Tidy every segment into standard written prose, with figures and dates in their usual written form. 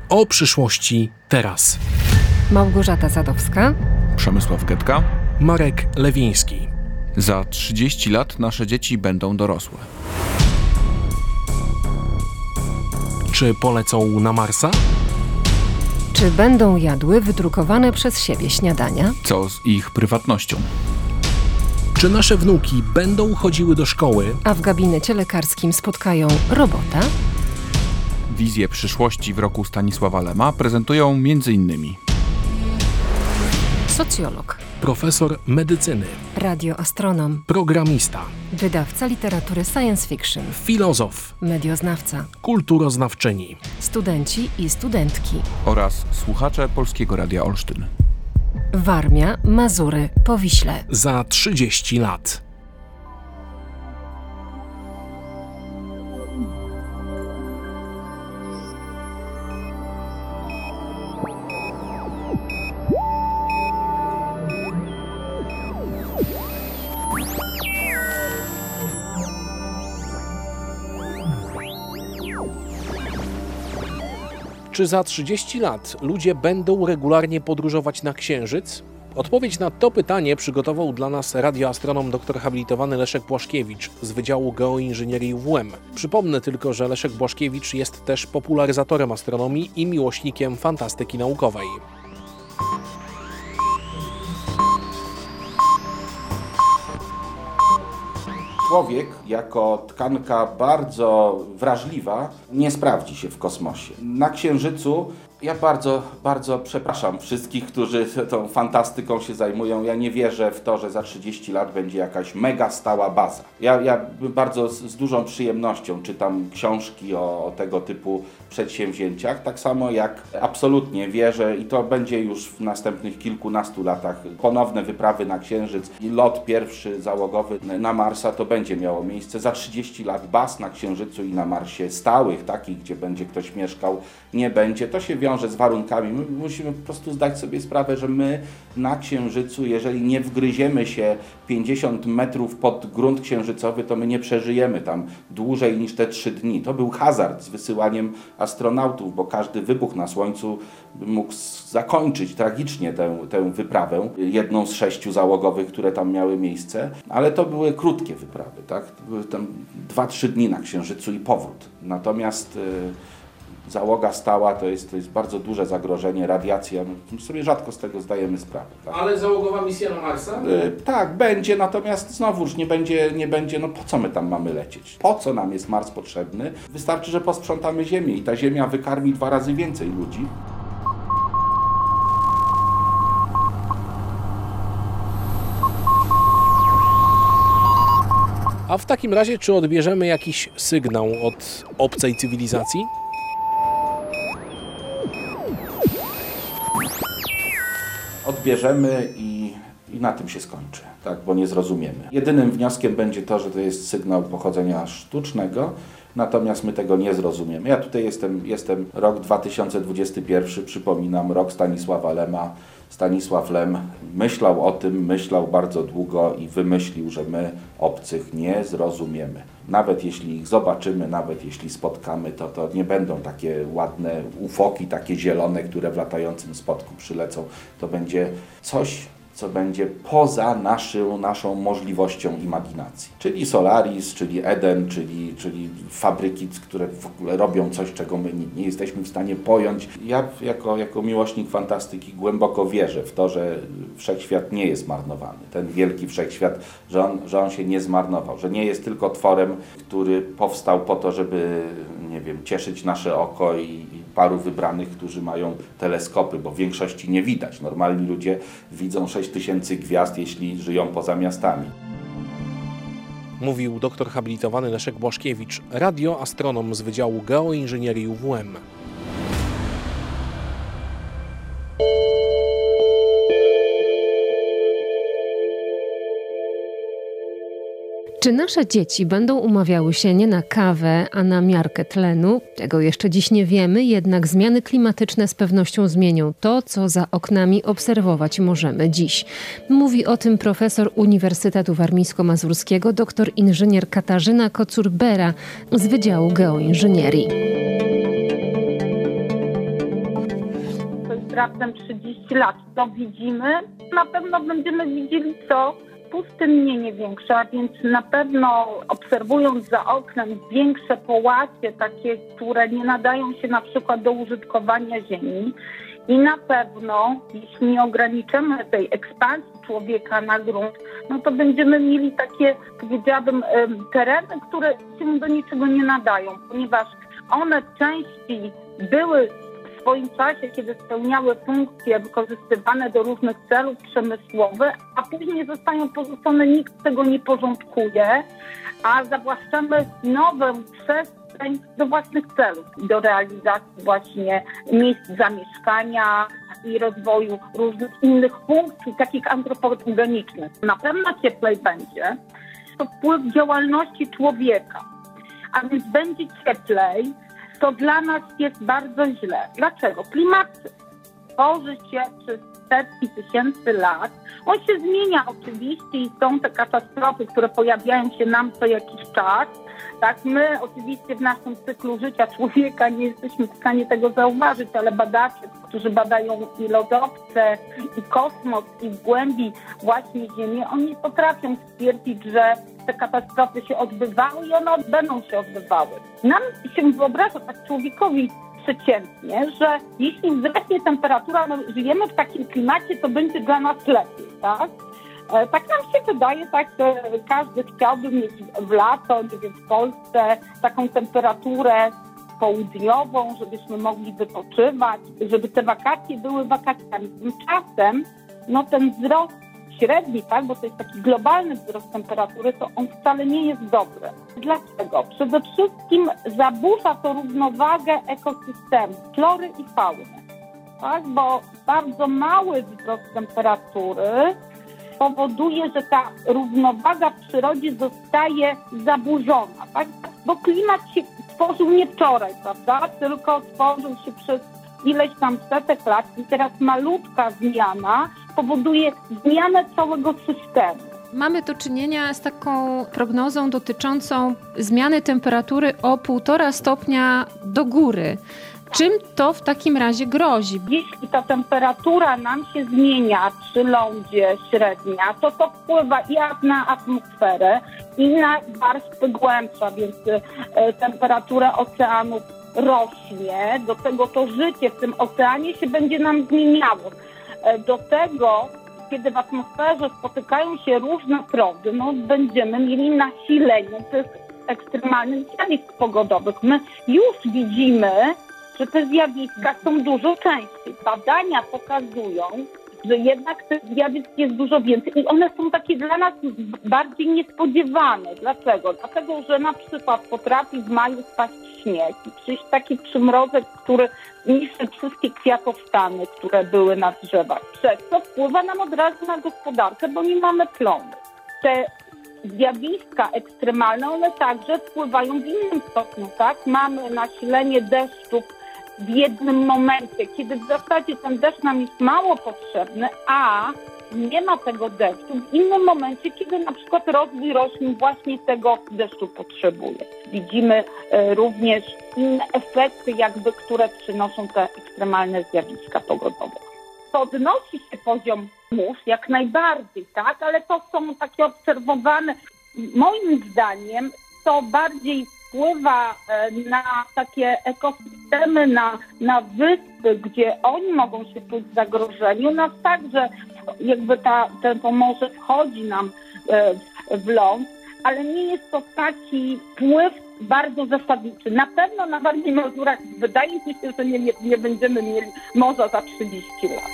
O przyszłości teraz. Małgorzata Sadowska, Przemysław Getka, Marek Lewiński. Za 30 lat nasze dzieci będą dorosłe. Czy polecą na Marsa? czy będą jadły wydrukowane przez siebie śniadania? Co z ich prywatnością? Czy nasze wnuki będą chodziły do szkoły? A w gabinecie lekarskim spotkają robota? Wizję przyszłości w roku Stanisława Lema prezentują m.in. Socjolog, Profesor medycyny, radioastronom, programista, wydawca literatury science fiction, filozof, medioznawca, kulturoznawczyni. studenci i studentki, oraz słuchacze Polskiego Radia Olsztyn. Warmia, Mazury, Powiśle. Za 30 lat. Czy za 30 lat ludzie będą regularnie podróżować na Księżyc? Odpowiedź na to pytanie przygotował dla nas radioastronom doktor habilitowany Leszek Błaszkiewicz z Wydziału Geoinżynierii UWM. Przypomnę tylko, że Leszek Błaszkiewicz jest też popularyzatorem astronomii i miłośnikiem fantastyki naukowej. Człowiek jako tkanka bardzo wrażliwa nie sprawdzi się w kosmosie. Na Księżycu ja bardzo przepraszam wszystkich, którzy tą fantastyką się zajmują. Ja nie wierzę w to, że za 30 lat będzie jakaś mega stała baza. Ja bardzo z dużą przyjemnością czytam książki o tego typu przedsięwzięciach, tak samo jak absolutnie wierzę, i to będzie już w następnych kilkunastu latach, ponowne wyprawy na Księżyc i lot pierwszy załogowy na Marsa, to będzie miało miejsce. Za 30 lat baz na Księżycu i na Marsie stałych, takich, gdzie będzie ktoś mieszkał, nie będzie. To się wiąże z warunkami. My musimy po prostu zdać sobie sprawę, że my na Księżycu, jeżeli nie wgryziemy się 50 metrów pod grunt księżycowy, to my nie przeżyjemy tam dłużej niż te 3 dni. To był hazard z wysyłaniem astronautów, bo każdy wybuch na Słońcu mógł zakończyć tragicznie tę wyprawę, jedną z 6 załogowych, które tam miały miejsce, ale to były krótkie wyprawy, tak? Były tam 2-3 dni na Księżycu i powrót. Natomiast załoga stała to jest bardzo duże zagrożenie, radiacja. My sobie rzadko z tego zdajemy sprawę. Tak? Ale załogowa misja na Marsa? Tak, będzie, natomiast znowuż nie będzie, no po co my tam mamy lecieć? Po co nam jest Mars potrzebny? Wystarczy, że posprzątamy Ziemię i ta Ziemia wykarmi 2 razy więcej ludzi. A w takim razie, czy odbierzemy jakiś sygnał od obcej cywilizacji? Odbierzemy i na tym się skończy, tak, bo nie zrozumiemy. Jedynym wnioskiem będzie to, że to jest sygnał pochodzenia sztucznego, natomiast my tego nie zrozumiemy. Ja tutaj jestem rok 2021, przypominam, rok Stanisława Lema. Stanisław Lem myślał bardzo długo i wymyślił, że my obcych nie zrozumiemy. Nawet jeśli ich zobaczymy, nawet jeśli spotkamy, to nie będą takie ładne ufoki, takie zielone, które w latającym spotku przylecą. To będzie coś, co będzie poza naszą możliwością imaginacji. Czyli Solaris, czyli Eden, czyli fabryki, które w ogóle robią coś, czego my nie jesteśmy w stanie pojąć. Ja jako miłośnik fantastyki głęboko wierzę w to, że wszechświat nie jest marnowany. Ten wielki wszechświat, że on się nie zmarnował, że nie jest tylko tworem, który powstał po to, żeby, nie wiem, cieszyć nasze oko i paru wybranych, którzy mają teleskopy, bo w większości nie widać. Normalni ludzie widzą 6000 gwiazd, jeśli żyją poza miastami. Mówił doktor habilitowany Leszek Błaszkiewicz, radioastronom z Wydziału Geoinżynierii UWM. Czy nasze dzieci będą umawiały się nie na kawę, a na miarkę tlenu? Tego jeszcze dziś nie wiemy, jednak zmiany klimatyczne z pewnością zmienią to, co za oknami obserwować możemy dziś. Mówi o tym profesor Uniwersytetu Warmińsko-Mazurskiego, doktor inżynier Katarzyna Kocur-Bera z Wydziału Geoinżynierii. raptem 30 lat. Co widzimy? Na pewno będziemy widzieli pustynnienie większe, a więc na pewno obserwując za oknem większe połacie, takie, które nie nadają się na przykład do użytkowania ziemi. I na pewno, jeśli nie ograniczymy tej ekspansji człowieka na grunt, no to będziemy mieli takie, powiedziałabym, tereny, które się do niczego nie nadają, ponieważ one częściej były w swoim czasie, kiedy spełniały funkcje wykorzystywane do różnych celów przemysłowych, a później zostają porzucone, nikt tego nie porządkuje, a zawłaszczamy nową przestrzeń do własnych celów, do realizacji właśnie miejsc zamieszkania i rozwoju różnych innych funkcji, takich antropogenicznych. Na pewno cieplej będzie. To wpływ działalności człowieka, a więc będzie cieplej, to dla nas jest bardzo źle. Dlaczego? Klimat tworzy się przez setki tysięcy lat. On się zmienia oczywiście i są te katastrofy, które pojawiają się nam co jakiś czas. Tak, my oczywiście w naszym cyklu życia człowieka nie jesteśmy w stanie tego zauważyć, ale badacze, którzy badają i lodowce, i kosmos, i w głębi właśnie Ziemię, oni potrafią stwierdzić, że te katastrofy się odbywały i one będą się odbywały. Nam się wyobraża, tak człowiekowi przeciętnie, że jeśli wzrośnie temperatura, no, żyjemy w takim klimacie, to będzie dla nas lepiej, tak? Tak nam się wydaje, tak, że każdy chciałby mieć w lato, nie wiem, w Polsce taką temperaturę południową, żebyśmy mogli wypoczywać, żeby te wakacje były wakacjami. Tymczasem, no ten wzrost średni, tak, bo to jest taki globalny wzrost temperatury, to on wcale nie jest dobry. Dlaczego? Przede wszystkim zaburza to równowagę ekosystemu, flory i fauny, tak, bo bardzo mały wzrost temperatury powoduje, że ta równowaga w przyrodzie zostaje zaburzona, tak? Bo klimat się tworzył nie wczoraj, prawda? Tylko tworzył się przez ileś tam setek lat i teraz malutka zmiana powoduje zmianę całego systemu. Mamy do czynienia z taką prognozą dotyczącą zmiany temperatury o 1,5 stopnia do góry. Czym to w takim razie grozi? Jeśli ta temperatura nam się zmienia przy lądzie średnia, to wpływa i na atmosferę, i na warstwy głębsze, więc temperatura oceanów rośnie. Do tego to życie w tym oceanie się będzie nam zmieniało. Do tego, kiedy w atmosferze spotykają się różne prądy, no będziemy mieli nasilenie tych ekstremalnych zjawisk pogodowych. My już widzimy, że te zjawiska są dużo częściej. Badania pokazują, że jednak tych zjawisk jest dużo więcej i one są takie dla nas bardziej niespodziewane. Dlaczego? Dlatego, że na przykład potrafi w maju spaść śnieg i przyjść taki przymrozek, który niszczy wszystkie kwiatostany, które były na drzewach. Przez co wpływa nam od razu na gospodarkę, bo nie mamy plonu. Te zjawiska ekstremalne, one także wpływają w innym stopniu, tak? Mamy nasilenie deszczów w jednym momencie, kiedy w zasadzie ten deszcz nam jest mało potrzebny, a nie ma tego deszczu w innym momencie, kiedy na przykład rozwój roślin właśnie tego deszczu potrzebuje. Widzimy również inne efekty, jakby, które przynoszą te ekstremalne zjawiska pogodowe. Podnosi się poziom mórz jak najbardziej, tak, ale to są takie obserwowane, moim zdaniem, to bardziej wpływa na takie ekosystemy, na wyspy, gdzie oni mogą się czuć zagrożeni. U nas także jakby to morze wchodzi nam w ląd, ale nie jest to taki wpływ bardzo zasadniczy. Na pewno na bardziej Mazurach wydaje mi się, że nie będziemy mieli morza za 30 lat.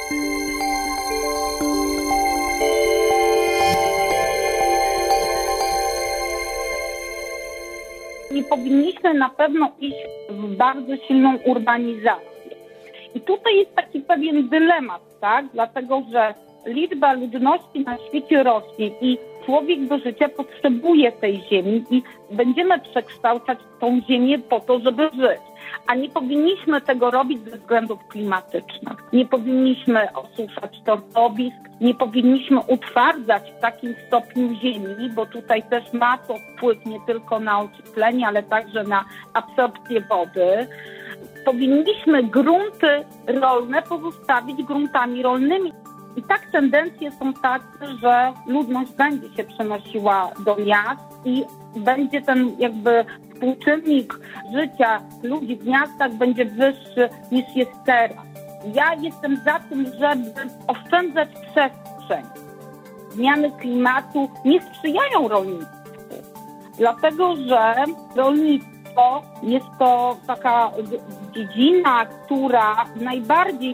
Nie powinniśmy na pewno iść w bardzo silną urbanizację. I tutaj jest taki pewien dylemat, tak? Dlatego, że liczba ludności na świecie rośnie i człowiek do życia potrzebuje tej ziemi i będziemy przekształcać tą ziemię po to, żeby żyć. A nie powinniśmy tego robić ze względów klimatycznych. Nie powinniśmy osuszać torfowisk, nie powinniśmy utwardzać w takim stopniu ziemi, bo tutaj też ma to wpływ nie tylko na ocieplenie, ale także na absorpcję wody. powinniśmy grunty rolne pozostawić gruntami rolnymi. I tak tendencje są takie, że ludność będzie się przenosiła do miast i będzie ten jakby współczynnik życia ludzi w miastach będzie wyższy niż jest teraz. Ja jestem za tym, żeby oszczędzać przestrzeń. Zmiany klimatu nie sprzyjają rolnictwu, dlatego że rolnictwo jest to taka dziedzina, która najbardziej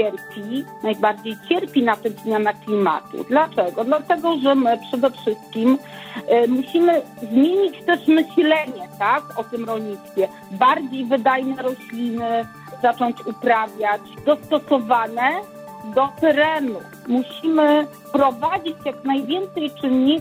cierpi na tych zmianach klimatu. Dlaczego? Dlatego, że my przede wszystkim musimy zmienić też myślenie, tak, o tym rolnictwie. Bardziej wydajne rośliny zacząć uprawiać, dostosowane do terenu. Musimy prowadzić jak najwięcej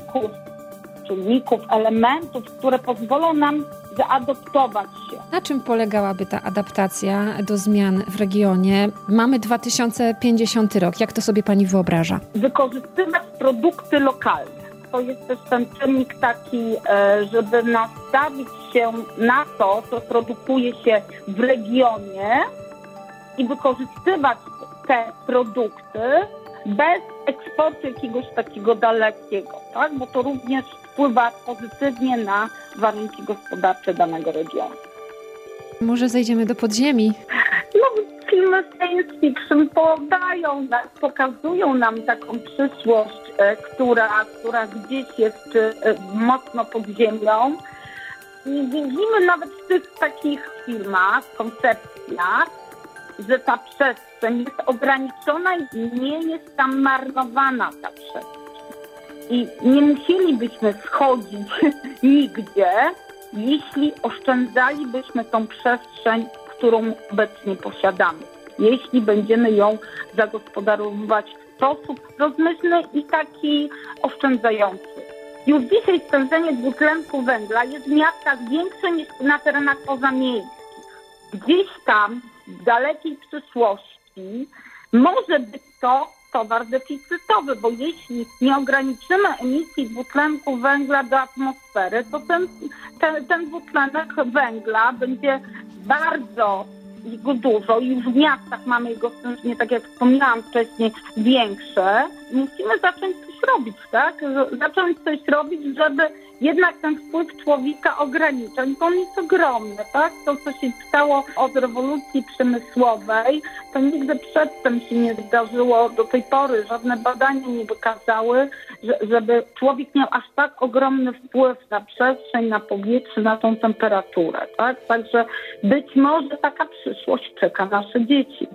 czynników, elementów, które pozwolą nam zaadoptować się. Na czym polegałaby ta adaptacja do zmian w regionie? Mamy 2050 rok. Jak to sobie pani wyobraża? Wykorzystywać produkty lokalne. To jest też ten czynnik taki, żeby nastawić się na to, co produkuje się w regionie i wykorzystywać te produkty bez eksportu jakiegoś takiego dalekiego, tak? Bo to również wpływa pozytywnie na warunki gospodarcze danego regionu. Może zejdziemy do podziemi? No, filmy science fiction pokazują nam taką przyszłość, która gdzieś jest mocno pod ziemią. I widzimy nawet w tych takich filmach, koncepcjach, że ta przestrzeń jest ograniczona i nie jest tam marnowana ta przestrzeń. I nie musielibyśmy schodzić nigdzie, jeśli oszczędzalibyśmy tą przestrzeń, którą obecnie posiadamy. Jeśli będziemy ją zagospodarowywać w sposób rozmyślny i taki oszczędzający. Już dzisiaj stężenie dwutlenku węgla jest w miastach większe niż na terenach pozamiejskich. Gdzieś tam, w dalekiej przyszłości, może być to towar deficytowy, bo jeśli nie ograniczymy emisji dwutlenku węgla do atmosfery, to ten dwutlenek węgla będzie bardzo dużo i już w miastach mamy jego stężenie, tak jak wspomniałam wcześniej, większe. Musimy zacząć coś robić, tak? Zacząć coś robić, żeby jednak ten wpływ człowieka ograniczać, bo on jest ogromny, tak? To, co się stało od rewolucji przemysłowej, to nigdy przedtem się nie zdarzyło do tej pory. Żadne badania nie wykazały, żeby człowiek miał aż tak ogromny wpływ na przestrzeń, na powietrze, na tą temperaturę, tak? Także być może taka przyszłość czeka nasze dzieci.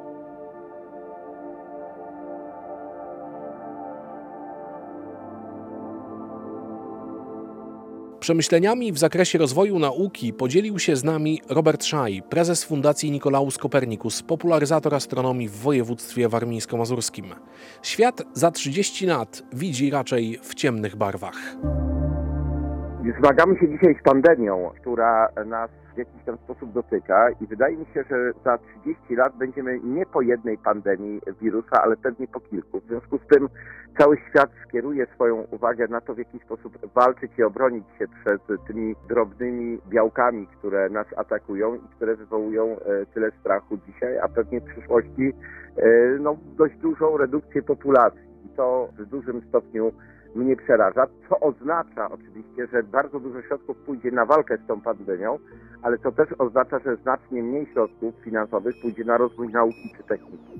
Przemyśleniami w zakresie rozwoju nauki podzielił się z nami Robert Szaj, prezes Fundacji Nikolaus Kopernikus, popularyzator astronomii w województwie warmińsko-mazurskim. Świat za 30 lat widzi raczej w ciemnych barwach. Zmagamy się dzisiaj z pandemią, która nas w jakiś tam sposób dotyka i wydaje mi się, że za 30 lat będziemy nie po jednej pandemii wirusa, ale pewnie po kilku. W związku z tym cały świat skieruje swoją uwagę na to, w jaki sposób walczyć i obronić się przed tymi drobnymi białkami, które nas atakują i które wywołują tyle strachu dzisiaj, a pewnie w przyszłości dość dużą redukcję populacji. I to w dużym stopniu mnie przeraża, co oznacza oczywiście, że bardzo dużo środków pójdzie na walkę z tą pandemią, ale to też oznacza, że znacznie mniej środków finansowych pójdzie na rozwój nauki czy techniki.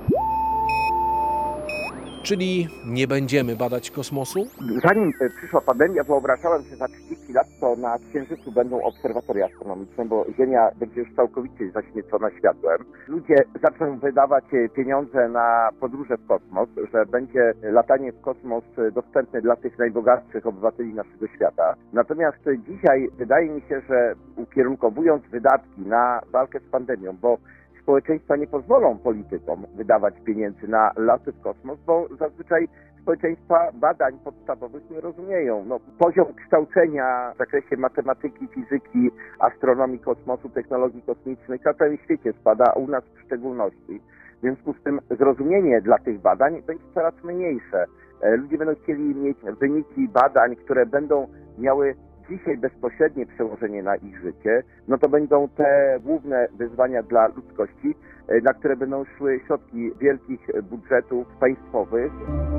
Czyli nie będziemy badać kosmosu? Zanim przyszła pandemia, wyobrażałem, że za 30 lat to na Księżycu będą obserwatoria astronomiczne, bo Ziemia będzie już całkowicie zaśmiecona światłem. Ludzie zaczną wydawać pieniądze na podróże w kosmos, że będzie latanie w kosmos dostępne dla tych najbogatszych obywateli naszego świata. Natomiast dzisiaj wydaje mi się, że ukierunkowując wydatki na walkę z pandemią, bo społeczeństwa nie pozwolą politykom wydawać pieniędzy na laty w kosmos, bo zazwyczaj społeczeństwa badań podstawowych nie rozumieją. Poziom kształcenia w zakresie matematyki, fizyki, astronomii kosmosu, technologii kosmicznych na całym świecie spada, a u nas w szczególności. W związku z tym zrozumienie dla tych badań będzie coraz mniejsze. Ludzie będą chcieli mieć wyniki badań, które będą miały dzisiaj bezpośrednie przełożenie na ich życie, no to będą te główne wyzwania dla ludzkości, na które będą szły środki wielkich budżetów państwowych.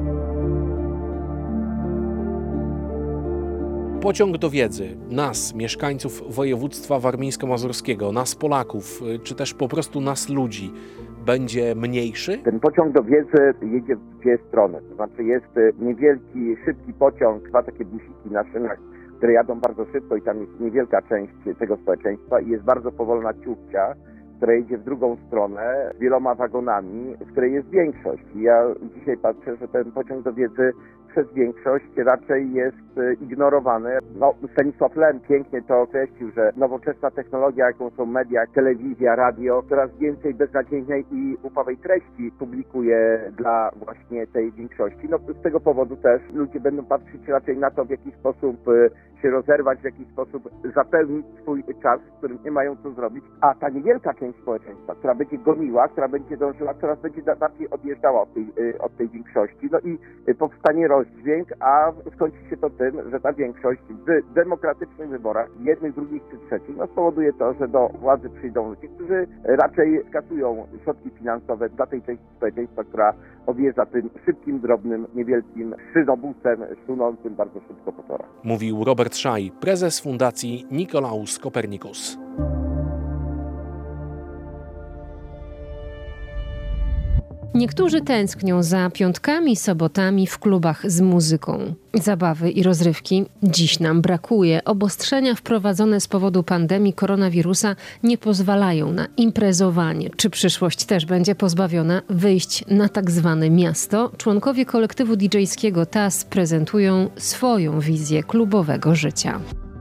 Pociąg do wiedzy nas, mieszkańców województwa warmińsko-mazurskiego, nas Polaków, czy też po prostu nas ludzi, będzie mniejszy? Ten pociąg do wiedzy jedzie w dwie strony. To znaczy jest niewielki, szybki pociąg, dwa takie busiki na szynach, które jadą bardzo szybko i tam jest niewielka część tego społeczeństwa i jest bardzo powolna ciupcia, która jedzie w drugą stronę z wieloma wagonami, w której jest większość. I ja dzisiaj patrzę, że ten pociąg do wiedzy przez większość raczej jest ignorowany. No, Stanisław Lem pięknie to określił, że nowoczesna technologia, jaką są media, telewizja, radio, coraz więcej beznadziejnej i głupawej treści publikuje dla właśnie tej większości. No, z tego powodu też ludzie będą patrzeć raczej na to, w jaki sposób się rozerwać, w jaki sposób zapełnić swój czas, w którym nie mają co zrobić. A ta niewielka część społeczeństwa, która będzie goniła, która będzie dążyła, coraz będzie bardziej odjeżdżała od tej większości. No i powstanie rozdźwięk, a skończy się to tym, że ta większość w demokratycznych wyborach, jednych, drugich czy trzecich, no spowoduje to, że do władzy przyjdą ludzie, którzy raczej skasują środki finansowe dla tej części społeczeństwa, która odjeżdża tym szybkim, drobnym, niewielkim szynobusem, szunącym bardzo szybko po torach. Mówił Robert Szaj, prezes Fundacji Nikolaus Kopernikus. Niektórzy tęsknią za piątkami, sobotami w klubach z muzyką. Zabawy i rozrywki dziś nam brakuje. Obostrzenia wprowadzone z powodu pandemii koronawirusa nie pozwalają na imprezowanie. Czy przyszłość też będzie pozbawiona wyjść na tak zwane miasto? Członkowie kolektywu DJ-skiego TAS prezentują swoją wizję klubowego życia.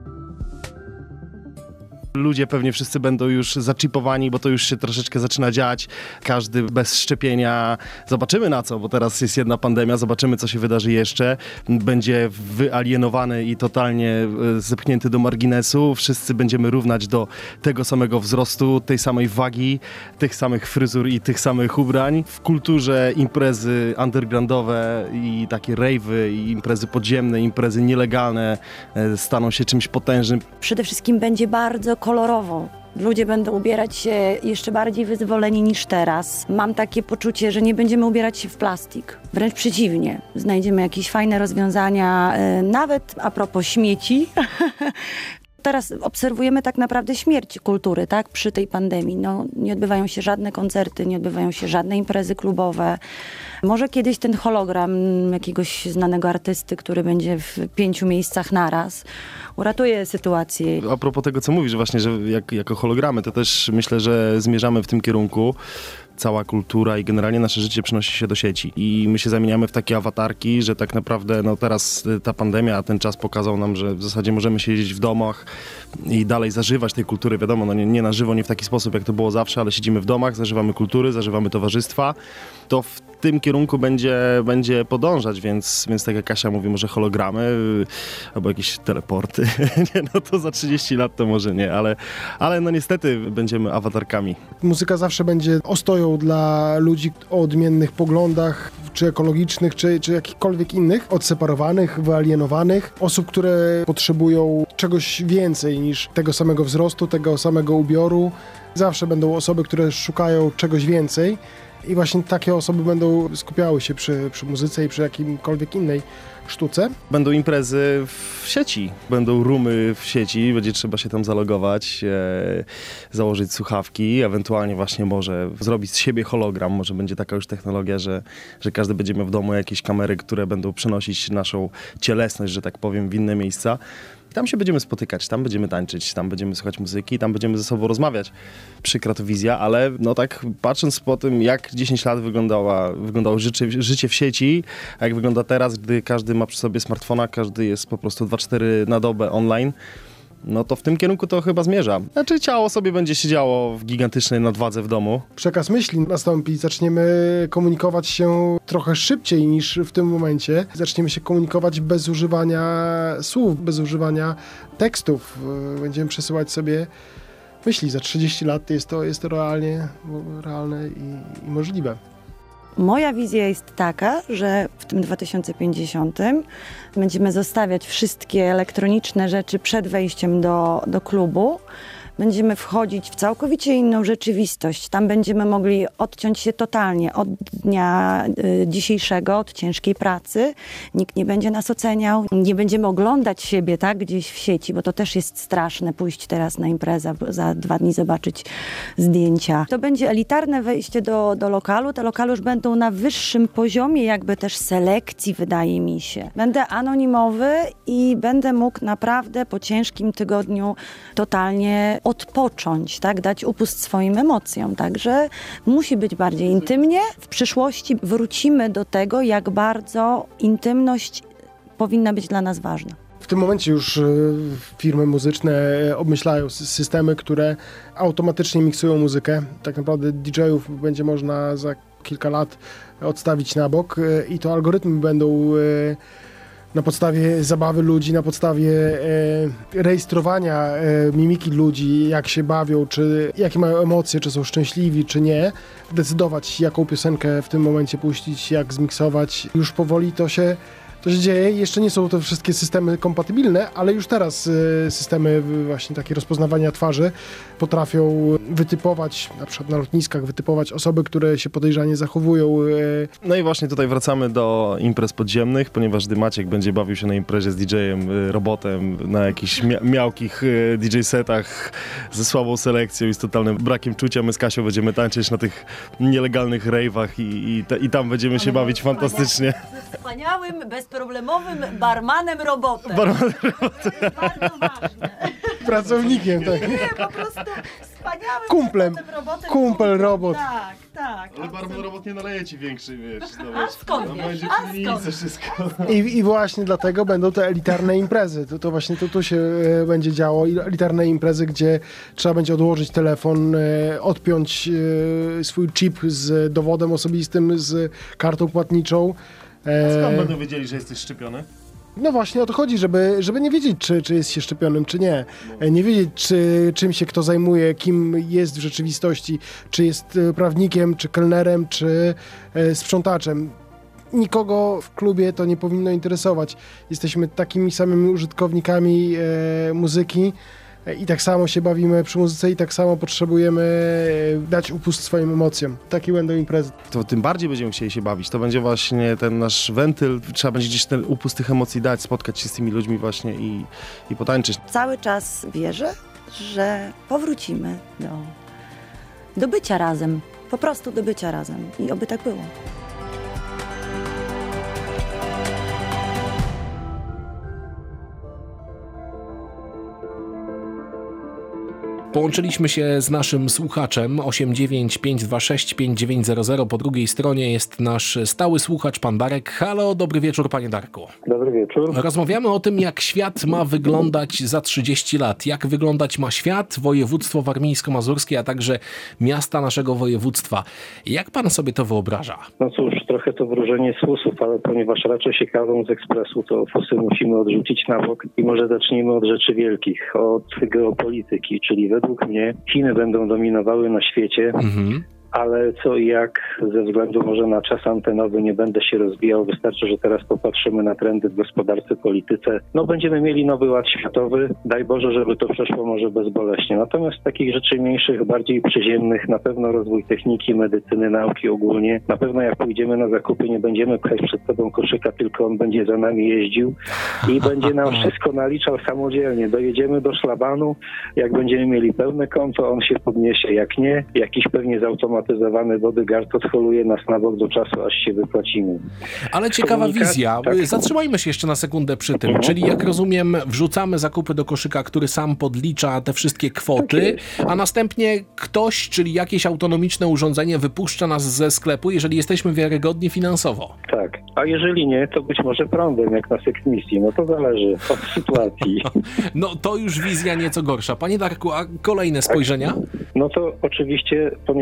Ludzie pewnie wszyscy będą już zaczipowani, bo to już się troszeczkę zaczyna dziać. Każdy bez szczepienia. Zobaczymy na co, bo teraz jest jedna pandemia. Zobaczymy, co się wydarzy jeszcze. Będzie wyalienowany i totalnie zepchnięty do marginesu. Wszyscy będziemy równać do tego samego wzrostu, tej samej wagi, tych samych fryzur i tych samych ubrań. W kulturze imprezy undergroundowe i takie rejwy, i imprezy podziemne, imprezy nielegalne staną się czymś potężnym. Przede wszystkim będzie bardzo kolorowo. Ludzie będą ubierać się jeszcze bardziej wyzwoleni niż teraz. Mam takie poczucie, że nie będziemy ubierać się w plastik. Wręcz przeciwnie. Znajdziemy jakieś fajne rozwiązania, nawet a propos śmieci. Teraz obserwujemy tak naprawdę śmierć kultury, tak? Przy tej pandemii. No, nie odbywają się żadne koncerty, nie odbywają się żadne imprezy klubowe. Może kiedyś ten hologram jakiegoś znanego artysty, który będzie w 5 miejscach naraz, uratuje sytuację. A propos tego, co mówisz właśnie, że jako hologramy, to też myślę, że zmierzamy w tym kierunku. Cała kultura i generalnie nasze życie przenosi się do sieci. I my się zamieniamy w takie awatarki, że tak naprawdę no teraz ta pandemia, ten czas pokazał nam, że w zasadzie możemy siedzieć w domach i dalej zażywać tej kultury. Wiadomo, no nie na żywo, nie w taki sposób, jak to było zawsze, ale siedzimy w domach, zażywamy kultury, zażywamy towarzystwa. To w tym kierunku będzie podążać, więc tak jak Kasia mówi, może hologramy albo jakieś teleporty. Nie, no to za 30 lat to może nie, ale no niestety będziemy awatarkami. Muzyka zawsze będzie ostoją dla ludzi o odmiennych poglądach, czy ekologicznych, czy jakichkolwiek innych, odseparowanych, wyalienowanych, osób, które potrzebują czegoś więcej niż tego samego wzrostu, tego samego ubioru. Zawsze będą osoby, które szukają czegoś więcej i właśnie takie osoby będą skupiały się przy muzyce i przy jakimkolwiek innej sztuce. Będą imprezy w sieci, będą roomy w sieci, będzie trzeba się tam zalogować, założyć słuchawki, ewentualnie właśnie może zrobić z siebie hologram, może będzie taka już technologia, że każdy będzie miał w domu jakieś kamery, które będą przenosić naszą cielesność, że tak powiem, w inne miejsca. I tam się będziemy spotykać, tam będziemy tańczyć, tam będziemy słuchać muzyki, tam będziemy ze sobą rozmawiać. Przykra to wizja, ale no tak patrząc po tym, jak 10 lat wyglądało życie w sieci, a jak wygląda teraz, gdy każdy ma przy sobie smartfona, każdy jest po prostu 2/4 na dobę online, no to w tym kierunku to chyba zmierza. Znaczy ciało sobie będzie siedziało w gigantycznej nadwadze w domu. Przekaz myśli nastąpi, zaczniemy komunikować się trochę szybciej niż w tym momencie. Zaczniemy się komunikować bez używania słów, bez używania tekstów. Będziemy przesyłać sobie myśli. Za 30 lat jest to realne i możliwe. Moja wizja jest taka, że w tym 2050 będziemy zostawiać wszystkie elektroniczne rzeczy przed wejściem do klubu. Będziemy wchodzić w całkowicie inną rzeczywistość. Tam będziemy mogli odciąć się totalnie od dnia dzisiejszego, od ciężkiej pracy. Nikt nie będzie nas oceniał. Nie będziemy oglądać siebie tak gdzieś w sieci, bo to też jest straszne, pójść teraz na imprezę, za 2 dni zobaczyć zdjęcia. To będzie elitarne wejście do lokalu. Te lokale już będą na wyższym poziomie jakby też selekcji, wydaje mi się. Będę anonimowy i będę mógł naprawdę po ciężkim tygodniu totalnie odpocząć, tak? Dać upust swoim emocjom. Także musi być bardziej intymnie. W przyszłości wrócimy do tego, jak bardzo intymność powinna być dla nas ważna. W tym momencie już firmy muzyczne obmyślają systemy, które automatycznie miksują muzykę. Tak naprawdę DJ-ów będzie można za kilka lat odstawić na bok i to algorytmy będą na podstawie zabawy ludzi, na podstawie rejestrowania mimiki ludzi, jak się bawią, czy jakie mają emocje, czy są szczęśliwi, czy nie, decydować, jaką piosenkę w tym momencie puścić, jak zmiksować. Już powoli to się dzieje. Jeszcze nie są to wszystkie systemy kompatybilne, ale już teraz systemy właśnie takie rozpoznawania twarzy potrafią wytypować, na przykład na lotniskach, wytypować osoby, które się podejrzanie zachowują. No i właśnie tutaj wracamy do imprez podziemnych, ponieważ gdy Maciek będzie bawił się na imprezie z DJ-em, robotem, na jakichś miałkich DJ-setach ze słabą selekcją i z totalnym brakiem czucia, my z Kasią będziemy tańczyć na tych nielegalnych rave'ach i tam będziemy się bawić fantastycznie. Ze wspaniałym, bezproblemowym barmanem robotem. To jest bardzo ważne. Pracownikiem, tak. Nie, po prostu wspaniałym Kumplem. robotem. Kumpel robot. Tak. Ale barman robot nie naleje ci większej, wiesz. A skąd wiesz? Wszystko. I właśnie dlatego będą te elitarne imprezy. To właśnie tu się będzie działo. Elitarne imprezy, gdzie trzeba będzie odłożyć telefon, odpiąć swój chip z dowodem osobistym, z kartą płatniczą. A skąd będą wiedzieli, że jesteś szczepiony? No właśnie o to chodzi, żeby nie wiedzieć, czy jest się szczepionym, czy nie. Nie wiedzieć, czym się kto zajmuje, kim jest w rzeczywistości, czy jest prawnikiem, czy kelnerem, czy sprzątaczem. Nikogo w klubie to nie powinno interesować. Jesteśmy takimi samymi użytkownikami muzyki i tak samo się bawimy przy muzyce i tak samo potrzebujemy dać upust swoim emocjom. Takie będą imprezy. To tym bardziej będziemy chcieli się bawić. To będzie właśnie ten nasz wentyl. Trzeba będzie gdzieś ten upust tych emocji dać, spotkać się z tymi ludźmi właśnie i potańczyć. Cały czas wierzę, że powrócimy do bycia razem. Po prostu do bycia razem. I oby tak było. Połączyliśmy się z naszym słuchaczem 895265900. Po drugiej stronie jest nasz stały słuchacz, pan Darek. Halo, dobry wieczór, panie Darku. Dobry wieczór. Rozmawiamy o tym, jak świat ma wyglądać za 30 lat. Jak wyglądać ma świat, województwo warmińsko-mazurskie, a także miasta naszego województwa. Jak pan sobie to wyobraża? No cóż, trochę to wróżenie z fusów, ale ponieważ raczej się kawą z ekspresu, to fusy musimy odrzucić na bok i może zacznijmy od rzeczy wielkich, od geopolityki, czyli według mnie Chiny będą dominowały na świecie, ale co i jak, ze względu może na czas antenowy nie będę się rozbijał, wystarczy, że teraz popatrzymy na trendy w gospodarce, polityce. No będziemy mieli nowy ład światowy, daj Boże, żeby to przeszło może bezboleśnie. Natomiast takich rzeczy mniejszych, bardziej przyziemnych, na pewno rozwój techniki, medycyny, nauki ogólnie. Na pewno jak pójdziemy na zakupy, nie będziemy pchać przed sobą koszyka, tylko on będzie za nami jeździł i będzie nam wszystko naliczał samodzielnie. Dojedziemy do szlabanu, jak będziemy mieli pełne konto, on się podniesie, jak nie, jakiś pewnie zautomatyczny bodyguard odholuje nas na bok do czasu, aż się wypłacimy. Ale ciekawa wizja. Tak. Zatrzymajmy się jeszcze na sekundę przy tym. Czyli jak rozumiem, wrzucamy zakupy do koszyka, który sam podlicza te wszystkie kwoty, a następnie ktoś, czyli jakieś autonomiczne urządzenie wypuszcza nas ze sklepu, jeżeli jesteśmy wiarygodni finansowo. Tak. A jeżeli nie, to być może prądem, jak na seksmisji. No to zależy od sytuacji. No to już wizja nieco gorsza. Panie Darku, a kolejne spojrzenia? No to oczywiście, ponieważ jesteśmy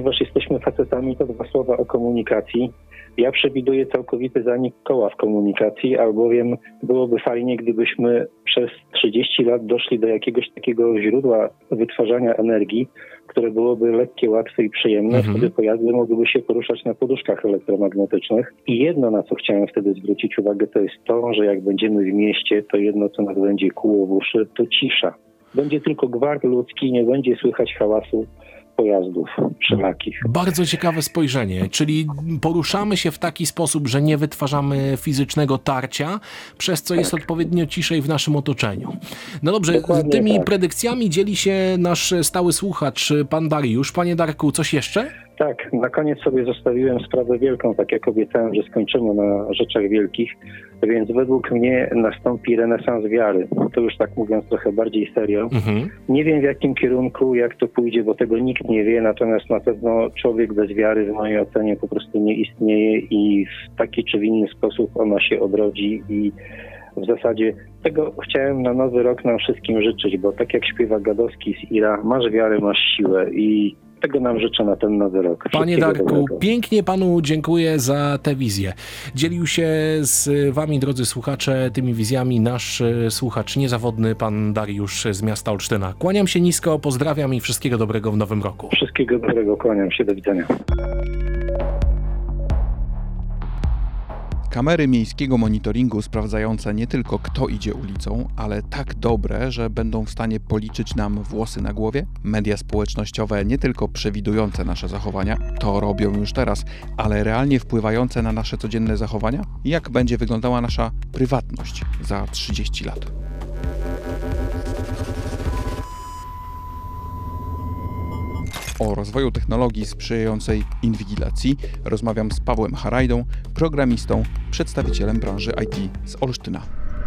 jesteśmy facetami, to 2 słowa o komunikacji. Ja przewiduję całkowity zanik koła w komunikacji, albowiem byłoby fajnie, gdybyśmy przez 30 lat doszli do jakiegoś takiego źródła wytwarzania energii, które byłoby lekkie, łatwe i przyjemne. Wtedy pojazdy mogłyby się poruszać na poduszkach elektromagnetycznych. I jedno, na co chciałem wtedy zwrócić uwagę, to jest to, że jak będziemy w mieście, to jedno, co nas będzie kłuło w uszy, to cisza. Będzie tylko gwar ludzki, nie będzie słychać hałasu pojazdów wszelakich. Bardzo ciekawe spojrzenie, czyli poruszamy się w taki sposób, że nie wytwarzamy fizycznego tarcia, przez co jest odpowiednio ciszej w naszym otoczeniu. No dobrze, Dokładnie tymi tak. predykcjami dzieli się nasz stały słuchacz, pan Dariusz. Panie Darku, coś jeszcze? Tak, na koniec sobie zostawiłem sprawę wielką, tak jak obiecałem, że skończymy na rzeczach wielkich, więc według mnie nastąpi renesans wiary. To już tak mówiąc trochę bardziej serio. Nie wiem w jakim kierunku, jak to pójdzie, bo tego nikt nie wie, natomiast na pewno człowiek bez wiary w mojej ocenie po prostu nie istnieje i w taki czy w inny sposób ona się odrodzi i w zasadzie tego chciałem na nowy rok nam wszystkim życzyć, bo tak jak śpiewa Gadowski z Ira, masz wiarę, masz siłę i tego nam życzę na ten nowy rok. Panie Wszystkiego Darku, dobrego. pięknie panu dziękuję za tę wizję. Dzielił się z wami, drodzy słuchacze, tymi wizjami nasz słuchacz niezawodny, pan Dariusz z miasta Olsztyna. Kłaniam się nisko, pozdrawiam i wszystkiego dobrego w nowym roku. Wszystkiego dobrego, kłaniam się, do widzenia. Kamery miejskiego monitoringu sprawdzające nie tylko kto idzie ulicą, ale tak dobre, że będą w stanie policzyć nam włosy na głowie. Media społecznościowe nie tylko przewidujące nasze zachowania, to robią już teraz, ale realnie wpływające na nasze codzienne zachowania. Jak będzie wyglądała nasza prywatność za 30 lat? O rozwoju technologii sprzyjającej inwigilacji rozmawiam z Pawłem Harajdą, programistą, przedstawicielem branży IT z Olsztyna.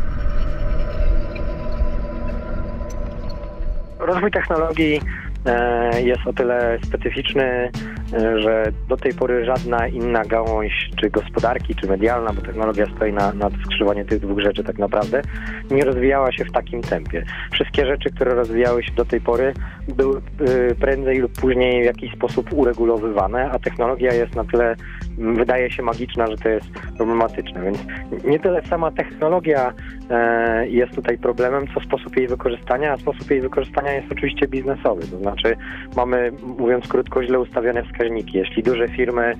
Rozwój technologii jest o tyle specyficzny, że do tej pory żadna inna gałąź, czy gospodarki, czy medialna, bo technologia stoi na skrzyżowaniu tych 2 rzeczy tak naprawdę, nie rozwijała się w takim tempie. Wszystkie rzeczy, które rozwijały się do tej pory, były prędzej lub później w jakiś sposób uregulowywane, a technologia jest na tyle, wydaje się magiczna, że to jest problematyczne. Więc nie tyle sama technologia jest tutaj problemem, co sposób jej wykorzystania, a sposób jej wykorzystania jest oczywiście biznesowy. To znaczy mamy, mówiąc krótko, źle ustawione wskaźniki. Jeśli duże firmy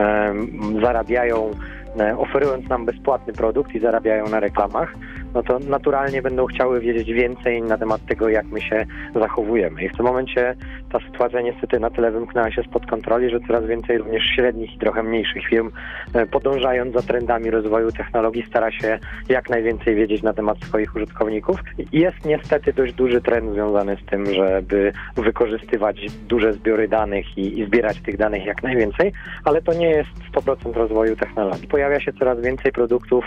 zarabiają, oferując nam bezpłatny produkt i zarabiają na reklamach, no to naturalnie będą chciały wiedzieć więcej na temat tego, jak my się zachowujemy. I w tym momencie ta sytuacja niestety na tyle wymknęła się spod kontroli, że coraz więcej również średnich i trochę mniejszych firm, podążając za trendami rozwoju technologii, stara się jak najwięcej wiedzieć na temat swoich użytkowników. Jest niestety dość duży trend związany z tym, żeby wykorzystywać duże zbiory danych i zbierać tych danych jak najwięcej, ale to nie jest 100% rozwoju technologii. Pojawia się coraz więcej produktów,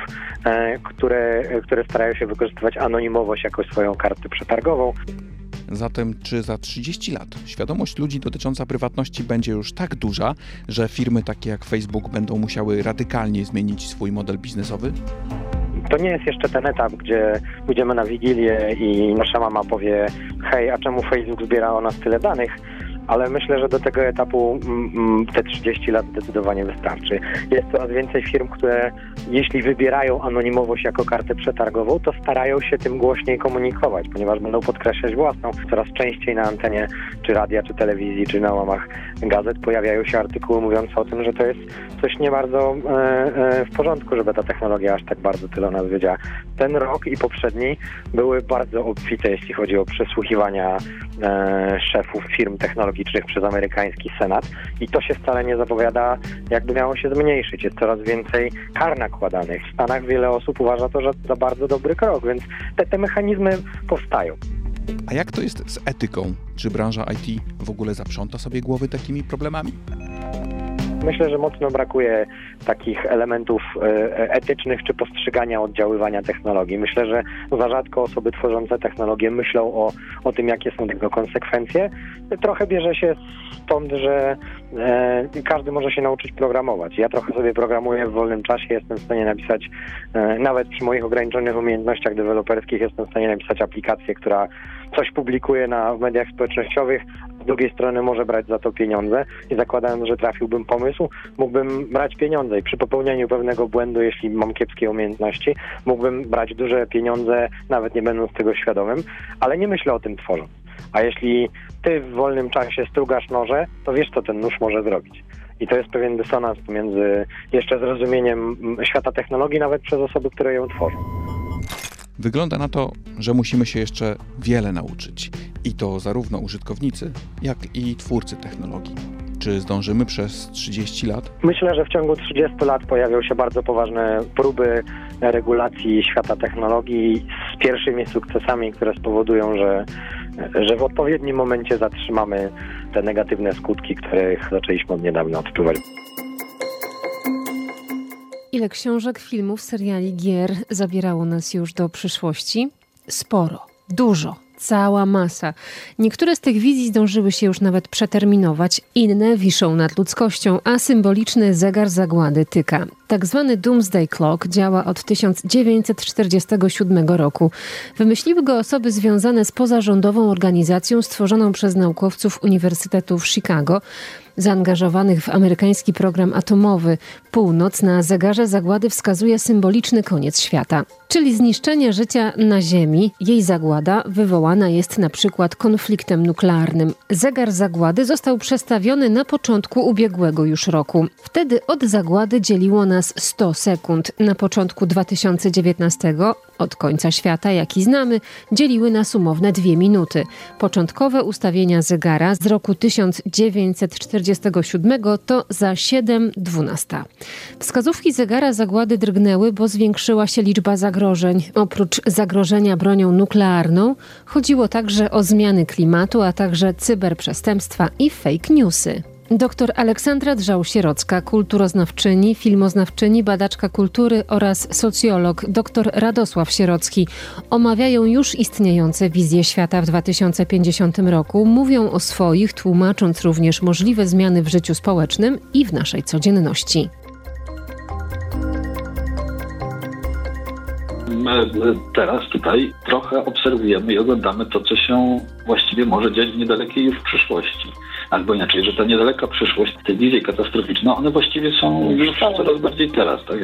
które starają się wykorzystywać anonimowość jako swoją kartę przetargową. Zatem czy za 30 lat świadomość ludzi dotycząca prywatności będzie już tak duża, że firmy takie jak Facebook będą musiały radykalnie zmienić swój model biznesowy? To nie jest jeszcze ten etap, gdzie pójdziemy na Wigilię i nasza mama powie: hej, a czemu Facebook zbiera o nas tyle danych? Ale myślę, że do tego etapu te 30 lat zdecydowanie wystarczy. Jest coraz więcej firm, które jeśli wybierają anonimowość jako kartę przetargową, to starają się tym głośniej komunikować, ponieważ będą podkreślać własną. Coraz częściej na antenie czy radia, czy telewizji, czy na łamach gazet pojawiają się artykuły mówiące o tym, że to jest coś nie bardzo w porządku, żeby ta technologia aż tak bardzo tyle o nas wiedziała. Ten rok i poprzedni były bardzo obfite, jeśli chodzi o przesłuchiwania szefów firm technologicznych przez amerykański Senat i to się wcale nie zapowiada, jakby miało się zmniejszyć. Jest coraz więcej kar nakładanych. W Stanach wiele osób uważa to za bardzo dobry krok, więc te mechanizmy powstają. A jak to jest z etyką? Czy branża IT w ogóle zaprząta sobie głowy takimi problemami? Myślę, że mocno brakuje takich elementów etycznych czy postrzegania oddziaływania technologii. Myślę, że za rzadko osoby tworzące technologię myślą o tym, jakie są tego konsekwencje. Trochę bierze się stąd, że każdy może się nauczyć programować. Ja trochę sobie programuję w wolnym czasie, jestem w stanie napisać, nawet przy moich ograniczonych umiejętnościach deweloperskich, jestem w stanie napisać aplikację, która coś publikuje w mediach społecznościowych, z drugiej strony może brać za to pieniądze i zakładając, że trafiłbym pomysł, mógłbym brać pieniądze i przy popełnianiu pewnego błędu, jeśli mam kiepskie umiejętności, mógłbym brać duże pieniądze, nawet nie będąc tego świadomym, ale nie myślę o tym tworząc. A jeśli ty w wolnym czasie strugasz noże, to wiesz, co ten nóż może zrobić. I to jest pewien dysonans pomiędzy jeszcze zrozumieniem świata technologii, nawet przez osoby, które ją tworzą. Wygląda na to, że musimy się jeszcze wiele nauczyć. I to zarówno użytkownicy, jak i twórcy technologii. Czy zdążymy przez 30 lat? Myślę, że w ciągu 30 lat pojawią się bardzo poważne próby regulacji świata technologii z pierwszymi sukcesami, które spowodują, że w odpowiednim momencie zatrzymamy te negatywne skutki, których zaczęliśmy od niedawna odczuwać. Ile książek, filmów, seriali, gier zabierało nas już do przyszłości? Sporo, dużo, cała masa. Niektóre z tych wizji zdążyły się już nawet przeterminować, inne wiszą nad ludzkością, a symboliczny zegar zagłady tyka. Tak zwany Doomsday Clock działa od 1947 roku. Wymyśliły go osoby związane z pozarządową organizacją stworzoną przez naukowców Uniwersytetu w Chicago, zaangażowanych w amerykański program atomowy. Północ na zegarze zagłady wskazuje symboliczny koniec świata, czyli zniszczenie życia na Ziemi. Jej zagłada wywołana jest na przykład konfliktem nuklearnym. Zegar zagłady został przestawiony na początku ubiegłego już roku. Wtedy od zagłady dzieliło nas 100 sekund. Na początku 2019 od końca świata, jaki znamy, dzieliły nas umowne 2 minuty. Początkowe ustawienia zegara z roku 1947 to za 7:12. Wskazówki zegara zagłady drgnęły, bo zwiększyła się liczba zagrożeń. Oprócz zagrożenia bronią nuklearną chodziło także o zmiany klimatu, a także cyberprzestępstwa i fake newsy. Dr Aleksandra Drzał-Sierocka, kulturoznawczyni, filmoznawczyni, badaczka kultury oraz socjolog dr Radosław Sierocki omawiają już istniejące wizje świata w 2050 roku, mówią o swoich, tłumacząc również możliwe zmiany w życiu społecznym i w naszej codzienności. My teraz tutaj trochę obserwujemy i oglądamy to, co się właściwie może dziać w niedalekiej już przyszłości. Albo inaczej, że ta niedaleka przyszłość, te wizje katastroficzne, one właściwie są już coraz bardziej teraz. Tak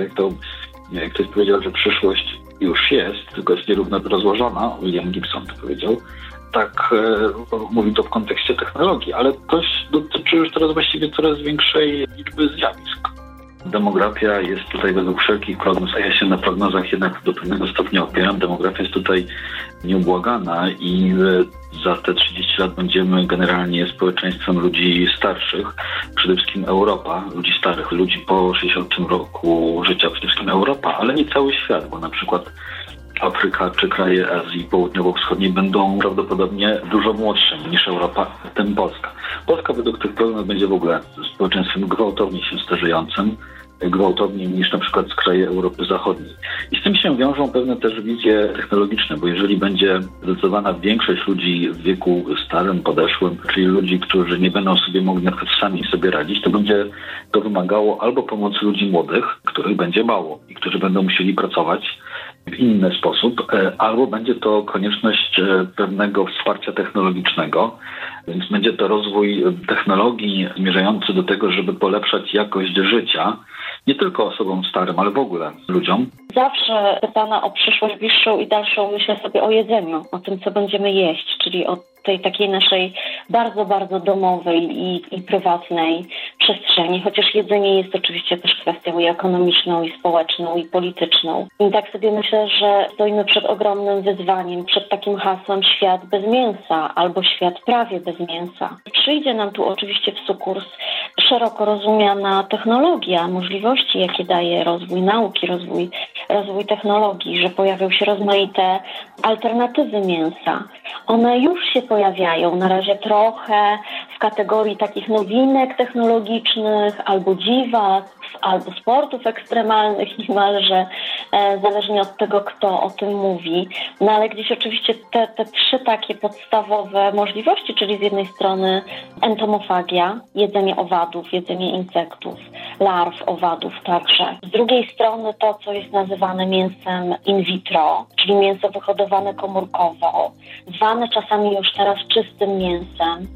jak ktoś powiedział, że przyszłość już jest, tylko jest nierówno rozłożona, William Gibson to powiedział. Tak mówi to w kontekście technologii, ale to dotyczy już teraz właściwie coraz większej liczby zjawisk. Demografia jest tutaj według wszelkich prognoz, a ja się na prognozach jednak do pewnego stopnia opieram. Demografia jest tutaj nieubłagana i za te 30 lat będziemy generalnie społeczeństwem ludzi starszych, przede wszystkim Europa, ludzi starych, ludzi po 60 roku życia, przede wszystkim Europa, ale nie cały świat, bo na przykład Afryka czy kraje Azji Południowo-Wschodniej będą prawdopodobnie dużo młodsze niż Europa, w tym Polska. Polska według tych prognoz będzie w ogóle społeczeństwem gwałtownie się starzejącym, gwałtowniej niż na przykład z kraje Europy Zachodniej. I z tym się wiążą pewne też wizje technologiczne, bo jeżeli będzie zdecydowana większość ludzi w wieku starym, podeszłym, czyli ludzi, którzy nie będą sobie mogli na przykład sami sobie radzić, to będzie to wymagało albo pomocy ludzi młodych, których będzie mało i którzy będą musieli pracować w inny sposób, albo będzie to konieczność pewnego wsparcia technologicznego, więc będzie to rozwój technologii zmierzający do tego, żeby polepszać jakość życia nie tylko osobom starym, ale w ogóle ludziom. Zawsze pytana o przyszłość bliższą i dalszą myślę sobie o jedzeniu, o tym, co będziemy jeść, czyli o tej takiej naszej bardzo, bardzo domowej i prywatnej przestrzeni, chociaż jedzenie jest oczywiście też kwestią i ekonomiczną, i społeczną, i polityczną. I tak sobie myślę, że stoimy przed ogromnym wyzwaniem, przed takim hasłem świat bez mięsa albo świat prawie bez mięsa. Przyjdzie nam tu oczywiście w sukurs szeroko rozumiana technologia, możliwości, jakie daje rozwój nauki, rozwój technologii, że pojawią się rozmaite alternatywy mięsa. One już się pojawiają, na razie trochę w kategorii takich nowinek technologicznych, albo dziwactw, albo sportów ekstremalnych niemalże, zależnie od tego, kto o tym mówi. No ale gdzieś oczywiście te 3 takie podstawowe możliwości, czyli z jednej strony entomofagia, jedzenie owadów, jedzenie insektów, larw owadów także. Z drugiej strony to, co jest nazywane mięsem in vitro, czyli mięso wyhodowane komórkowo, zwane czasami już teraz czystym mięsem.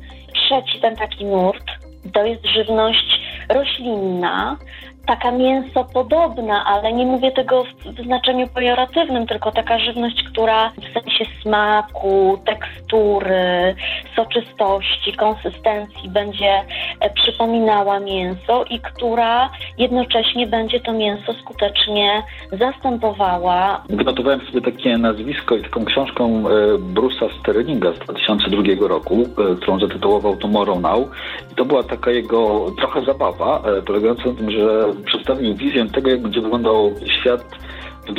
trzeci, ten taki nurt, to jest żywność roślinna, taka mięsopodobna, ale nie mówię tego w znaczeniu pejoratywnym, tylko taka żywność, która w sensie smaku, tekstury, soczystości, konsystencji będzie przypominała mięso i która jednocześnie będzie to mięso skutecznie zastępowała. Wynotowałem sobie takie nazwisko i taką książką Bruce'a Sterlinga z 2002 roku, którą zatytułował Tomorrow Now. I to była taka jego trochę zabawa, polegająca na tym, że przedstawił wizję tego, jak będzie wyglądał świat w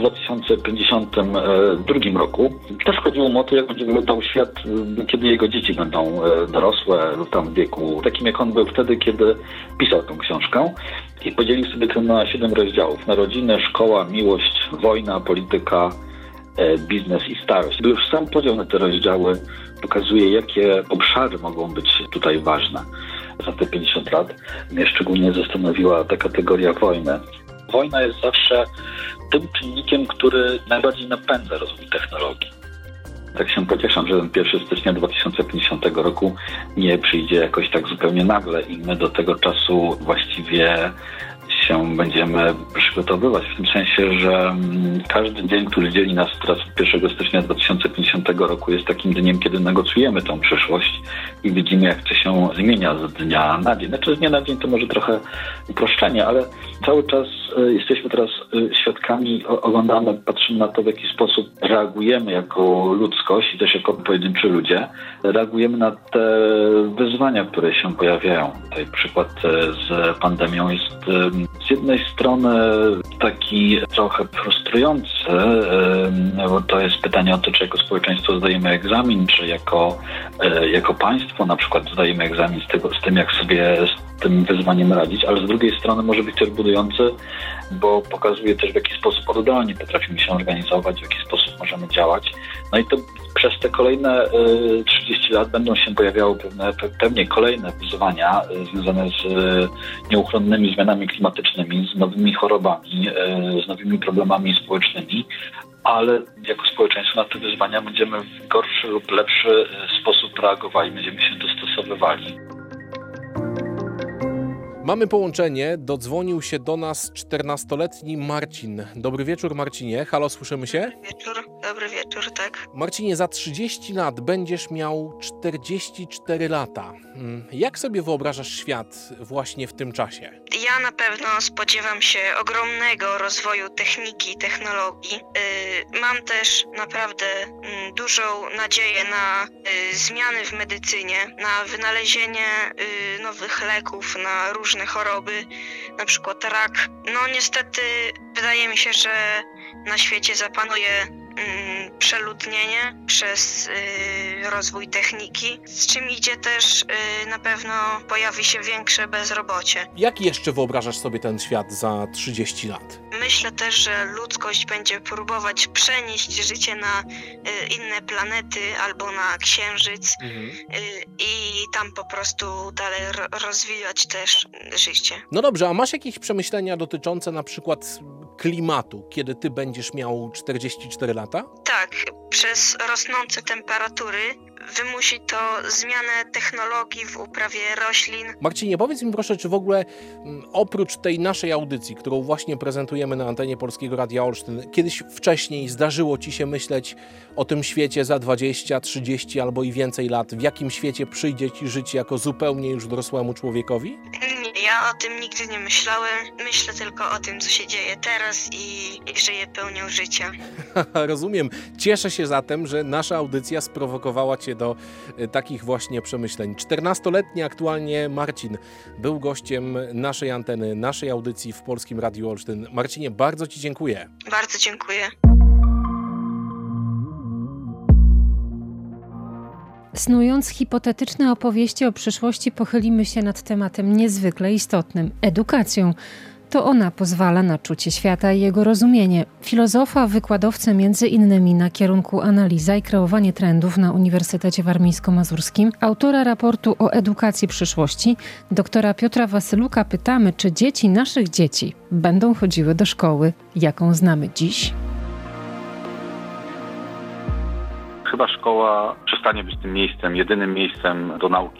2052 roku. Też chodziło mu o to, jak będzie wyglądał świat, kiedy jego dzieci będą dorosłe lub tam w wieku takim, jak on był wtedy, kiedy pisał tę książkę. I podzielił sobie to na 7 rozdziałów. Na rodzinę, szkoła, miłość, wojna, polityka, biznes i starość. Już sam podział na te rozdziały pokazuje, jakie obszary mogą być tutaj ważne. Za te 50 lat mnie szczególnie zastanowiła ta kategoria wojny. Wojna jest zawsze tym czynnikiem, który najbardziej napędza rozwój technologii. Tak się pocieszam, że ten 1 stycznia 2050 roku nie przyjdzie jakoś tak zupełnie nagle i my do tego czasu właściwie się będziemy przygotowywać, w tym sensie, że każdy dzień, który dzieli nas teraz od 1 stycznia 2050 roku jest takim dniem, kiedy negocjujemy tą przyszłość i widzimy, jak to się zmienia z dnia na dzień. Znaczy z dnia na dzień to może trochę uproszczenie, ale cały czas jesteśmy teraz świadkami, oglądamy, patrzymy na to, w jaki sposób reagujemy jako ludzkość i też jako pojedynczy ludzie. Reagujemy na te wyzwania, które się pojawiają. Tutaj przykład z pandemią jest z jednej strony taki trochę frustrujący, bo to jest pytanie o to, czy jako społeczeństwo zdajemy egzamin, czy jako państwo na przykład zdajemy egzamin z tym, jak sobie z tym wyzwaniem radzić, ale z drugiej strony może być też budujący, bo pokazuje też, w jaki sposób oddolnie potrafimy się organizować, w jaki sposób możemy działać. No i to przez te kolejne 30 lat będą się pojawiały pewnie kolejne wyzwania związane z nieuchronnymi zmianami klimatycznymi, z nowymi chorobami, z nowymi problemami społecznymi, ale jako społeczeństwo na te wyzwania będziemy w gorszy lub lepszy sposób reagowali, będziemy się dostosowywali. Mamy połączenie, dodzwonił się do nas 14-letni Marcin. Dobry wieczór, Marcinie. Halo, słyszymy się? Dobry wieczór, tak. Marcinie, za 30 lat będziesz miał 44 lata. Jak sobie wyobrażasz świat właśnie w tym czasie? Ja na pewno spodziewam się ogromnego rozwoju techniki i technologii. Mam też naprawdę dużą nadzieję na zmiany w medycynie, na wynalezienie nowych leków na różne choroby, na przykład rak. No niestety wydaje mi się, że na świecie zapanuje przeludnienie przez rozwój techniki, z czym idzie też na pewno pojawi się większe bezrobocie. Jak jeszcze wyobrażasz sobie ten świat za 30 lat? Myślę też, że ludzkość będzie próbować przenieść życie na inne planety albo na Księżyc i tam po prostu dalej rozwijać też życie. No dobrze, a masz jakieś przemyślenia dotyczące na przykład klimatu, kiedy ty będziesz miał 44 lata? Tak, przez rosnące temperatury wymusi to zmianę technologii w uprawie roślin. Marcinie, powiedz mi proszę, czy w ogóle oprócz tej naszej audycji, którą właśnie prezentujemy na antenie Polskiego Radia Olsztyn, kiedyś wcześniej zdarzyło ci się myśleć o tym świecie za 20, 30 albo i więcej lat? W jakim świecie przyjdzie ci żyć jako zupełnie już dorosłemu człowiekowi? Nie, ja o tym nigdy nie myślałem. Myślę tylko o tym, co się dzieje teraz i żyję pełnią życia. Rozumiem. Cieszę się zatem, że nasza audycja sprowokowała cię do takich właśnie przemyśleń. 14-letni aktualnie Marcin był gościem naszej anteny, naszej audycji w Polskim Radiu Olsztyn. Marcinie, bardzo ci dziękuję. Bardzo dziękuję. Snując hipotetyczne opowieści o przyszłości, pochylimy się nad tematem niezwykle istotnym – edukacją. To ona pozwala na czucie świata i jego rozumienie. Filozofa, wykładowcę między innymi na kierunku analiza i kreowanie trendów na Uniwersytecie Warmińsko-Mazurskim, autora raportu o edukacji przyszłości, doktora Piotra Wasyluka pytamy, czy dzieci naszych dzieci będą chodziły do szkoły, jaką znamy dziś? Chyba szkoła przestanie być tym miejscem, jedynym miejscem do nauki.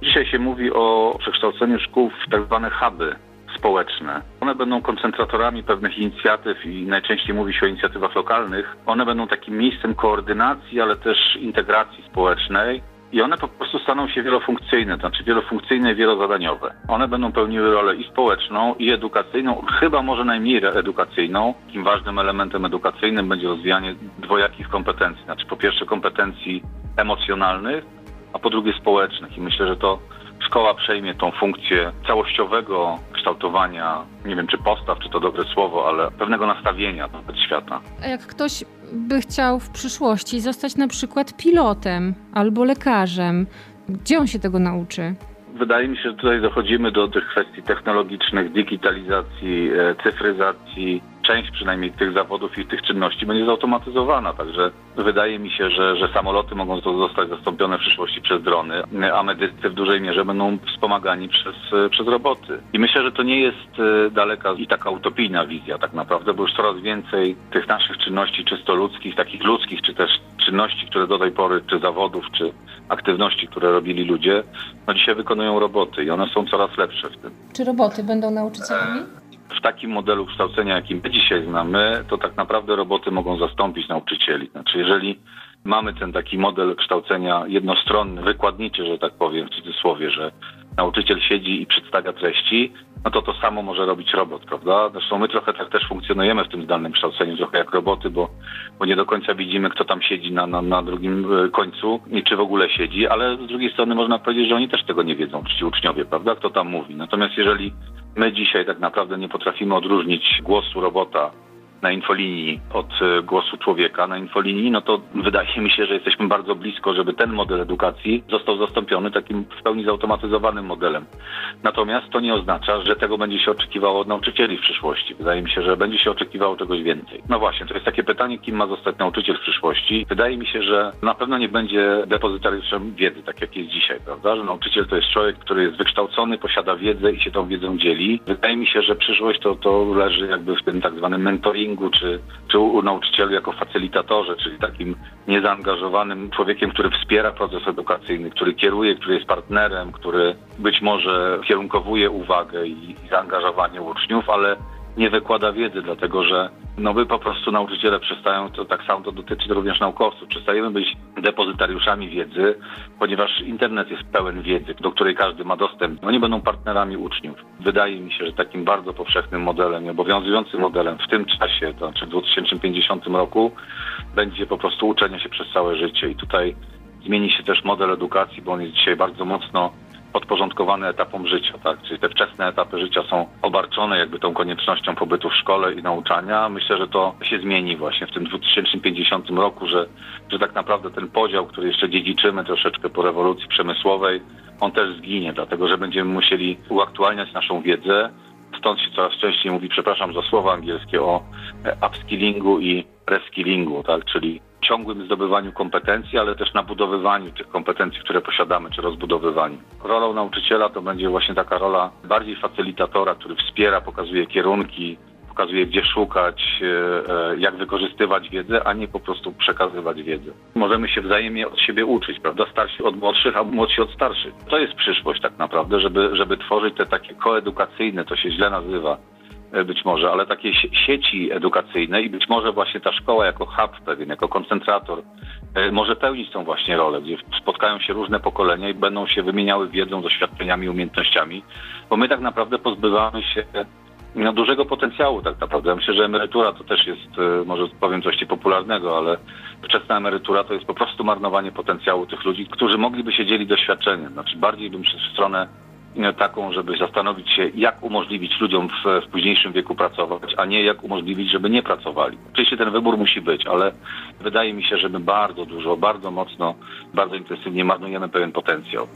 Dzisiaj się mówi o przekształceniu szkół w tak zwane huby społeczne. One będą koncentratorami pewnych inicjatyw i najczęściej mówi się o inicjatywach lokalnych. One będą takim miejscem koordynacji, ale też integracji społecznej. I one po prostu staną się wielofunkcyjne, to znaczy wielofunkcyjne i wielozadaniowe. One będą pełniły rolę i społeczną, i edukacyjną, chyba może najmniej edukacyjną. Takim ważnym elementem edukacyjnym będzie rozwijanie dwojakich kompetencji. Znaczy po pierwsze kompetencji emocjonalnych, a po drugie społecznych. I myślę, że to szkoła przejmie tą funkcję całościowego kształtowania, nie wiem czy postaw, czy to dobre słowo, ale pewnego nastawienia wobec świata. A jak ktoś by chciał w przyszłości zostać na przykład pilotem albo lekarzem, gdzie on się tego nauczy? Wydaje mi się, że tutaj dochodzimy do tych kwestii technologicznych, digitalizacji, cyfryzacji. Część przynajmniej tych zawodów i tych czynności będzie zautomatyzowana, także wydaje mi się, że samoloty mogą zostać zastąpione w przyszłości przez drony, a medycy w dużej mierze będą wspomagani przez roboty. I myślę, że to nie jest daleka i taka utopijna wizja tak naprawdę, bo już coraz więcej tych naszych czynności czysto ludzkich, takich ludzkich, czy też czynności, które do tej pory, czy zawodów, czy aktywności, które robili ludzie, no dzisiaj wykonują roboty i one są coraz lepsze w tym. Czy roboty będą nauczycielami? W takim modelu kształcenia, jakim my dzisiaj znamy, to tak naprawdę roboty mogą zastąpić nauczycieli. Znaczy, jeżeli mamy ten taki model kształcenia jednostronny, wykładniczy, że tak powiem, w cudzysłowie, że nauczyciel siedzi i przedstawia treści, no to samo może robić robot, prawda? Zresztą my trochę tak też funkcjonujemy w tym zdalnym kształceniu, trochę jak roboty, bo nie do końca widzimy, kto tam siedzi na drugim końcu i czy w ogóle siedzi, ale z drugiej strony można powiedzieć, że oni też tego nie wiedzą, ci uczniowie, prawda? Kto tam mówi. Natomiast jeżeli my dzisiaj tak naprawdę nie potrafimy odróżnić głosu robota na infolinii od głosu człowieka na infolinii, no to wydaje mi się, że jesteśmy bardzo blisko, żeby ten model edukacji został zastąpiony takim w pełni zautomatyzowanym modelem. Natomiast to nie oznacza, że tego będzie się oczekiwało od nauczycieli w przyszłości. Wydaje mi się, że będzie się oczekiwało czegoś więcej. No właśnie, to jest takie pytanie, kim ma zostać nauczyciel w przyszłości. Wydaje mi się, że na pewno nie będzie depozytariuszem wiedzy, tak jak jest dzisiaj, prawda? Że nauczyciel to jest człowiek, który jest wykształcony, posiada wiedzę i się tą wiedzą dzieli. Wydaje mi się, że przyszłość to leży jakby w tym tak zwanym mentoringu, czy u nauczycieli jako facylitatorze, czyli takim niezaangażowanym człowiekiem, który wspiera proces edukacyjny, który kieruje, który jest partnerem, który być może kierunkowuje uwagę i zaangażowanie uczniów, ale nie wykłada wiedzy, dlatego że my po prostu nauczyciele przestają, to tak samo to dotyczy również naukowców, przestajemy być depozytariuszami wiedzy, ponieważ internet jest pełen wiedzy, do której każdy ma dostęp. Oni będą partnerami uczniów. Wydaje mi się, że takim bardzo powszechnym modelem, obowiązującym modelem w tym czasie, to znaczy w 2050 roku, będzie po prostu uczenie się przez całe życie i tutaj zmieni się też model edukacji, bo on jest dzisiaj bardzo mocno podporządkowany etapom życia, tak? Czyli te wczesne etapy życia są obarczone jakby tą koniecznością pobytu w szkole i nauczania. Myślę, że to się zmieni właśnie w tym 2050 roku, że tak naprawdę ten podział, który jeszcze dziedziczymy troszeczkę po rewolucji przemysłowej, on też zginie, dlatego że będziemy musieli uaktualniać naszą wiedzę. Stąd się coraz częściej mówi, przepraszam za słowa angielskie, o upskillingu i reskillingu, tak? Czyli ciągłym zdobywaniu kompetencji, ale też nabudowywaniu tych kompetencji, które posiadamy, czy rozbudowywaniu. Rolą nauczyciela to będzie właśnie taka rola bardziej facylitatora, który wspiera, pokazuje kierunki, pokazuje gdzie szukać, jak wykorzystywać wiedzę, a nie po prostu przekazywać wiedzę. Możemy się wzajemnie od siebie uczyć, prawda? Starsi od młodszych, a młodsi od starszych. To jest przyszłość tak naprawdę, żeby tworzyć te takie koedukacyjne, to się źle nazywa, być może, ale takie sieci edukacyjne i być może właśnie ta szkoła jako hub pewien, jako koncentrator może pełnić tą właśnie rolę, gdzie spotkają się różne pokolenia i będą się wymieniały wiedzą, doświadczeniami, umiejętnościami, bo my tak naprawdę pozbywamy się dużego potencjału tak naprawdę. Ja myślę, że emerytura to też jest, może powiem coś popularnego, ale wczesna emerytura to jest po prostu marnowanie potencjału tych ludzi, którzy mogliby się dzielić doświadczeniem. Znaczy bardziej bym szedł w stronę taką, żeby zastanowić się, jak umożliwić ludziom w późniejszym wieku pracować, a nie jak umożliwić, żeby nie pracowali. Oczywiście ten wybór musi być, ale wydaje mi się, że my bardzo dużo, bardzo mocno, bardzo intensywnie marnujemy pewien potencjał.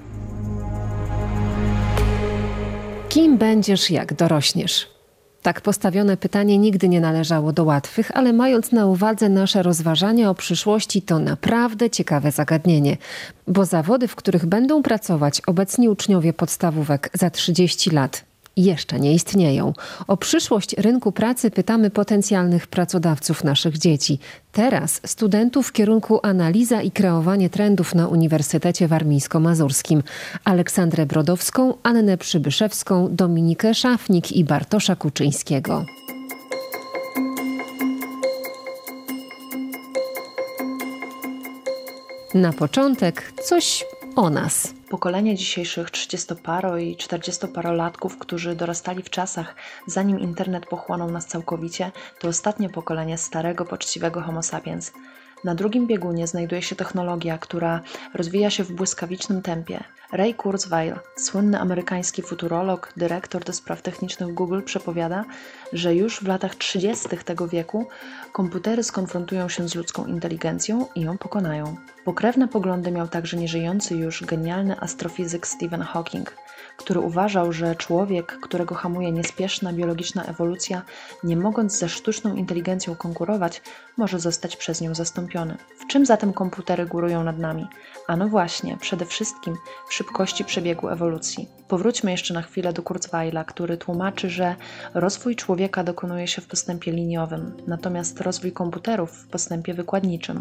Kim będziesz, jak dorośniesz? Tak postawione pytanie nigdy nie należało do łatwych, ale mając na uwadze nasze rozważania o przyszłości, to naprawdę ciekawe zagadnienie. Bo zawody, w których będą pracować obecni uczniowie podstawówek za 30 lat, jeszcze nie istnieją. O przyszłość rynku pracy pytamy potencjalnych pracodawców naszych dzieci. Teraz studentów w kierunku analiza i kreowanie trendów na Uniwersytecie Warmińsko-Mazurskim. Aleksandrę Brodowską, Annę Przybyszewską, Dominikę Szafnik i Bartosza Kuczyńskiego. Na początek coś o nas. Pokolenie dzisiejszych 30-paro i 40-parolatków, którzy dorastali w czasach, zanim internet pochłonął nas całkowicie, to ostatnie pokolenie starego, poczciwego homo sapiens. Na drugim biegunie znajduje się technologia, która rozwija się w błyskawicznym tempie. Ray Kurzweil, słynny amerykański futurolog, dyrektor do spraw technicznych Google, przepowiada, że już w latach 30. tego wieku komputery skonfrontują się z ludzką inteligencją i ją pokonają. Pokrewne poglądy miał także nieżyjący już genialny astrofizyk Stephen Hawking, który uważał, że człowiek, którego hamuje niespieszna biologiczna ewolucja, nie mogąc ze sztuczną inteligencją konkurować, może zostać przez nią zastąpiony. W czym zatem komputery górują nad nami? A no właśnie, przede wszystkim w szybkości przebiegu ewolucji. Powróćmy jeszcze na chwilę do Kurzweila, który tłumaczy, że rozwój człowieka dokonuje się w postępie liniowym, natomiast rozwój komputerów w postępie wykładniczym.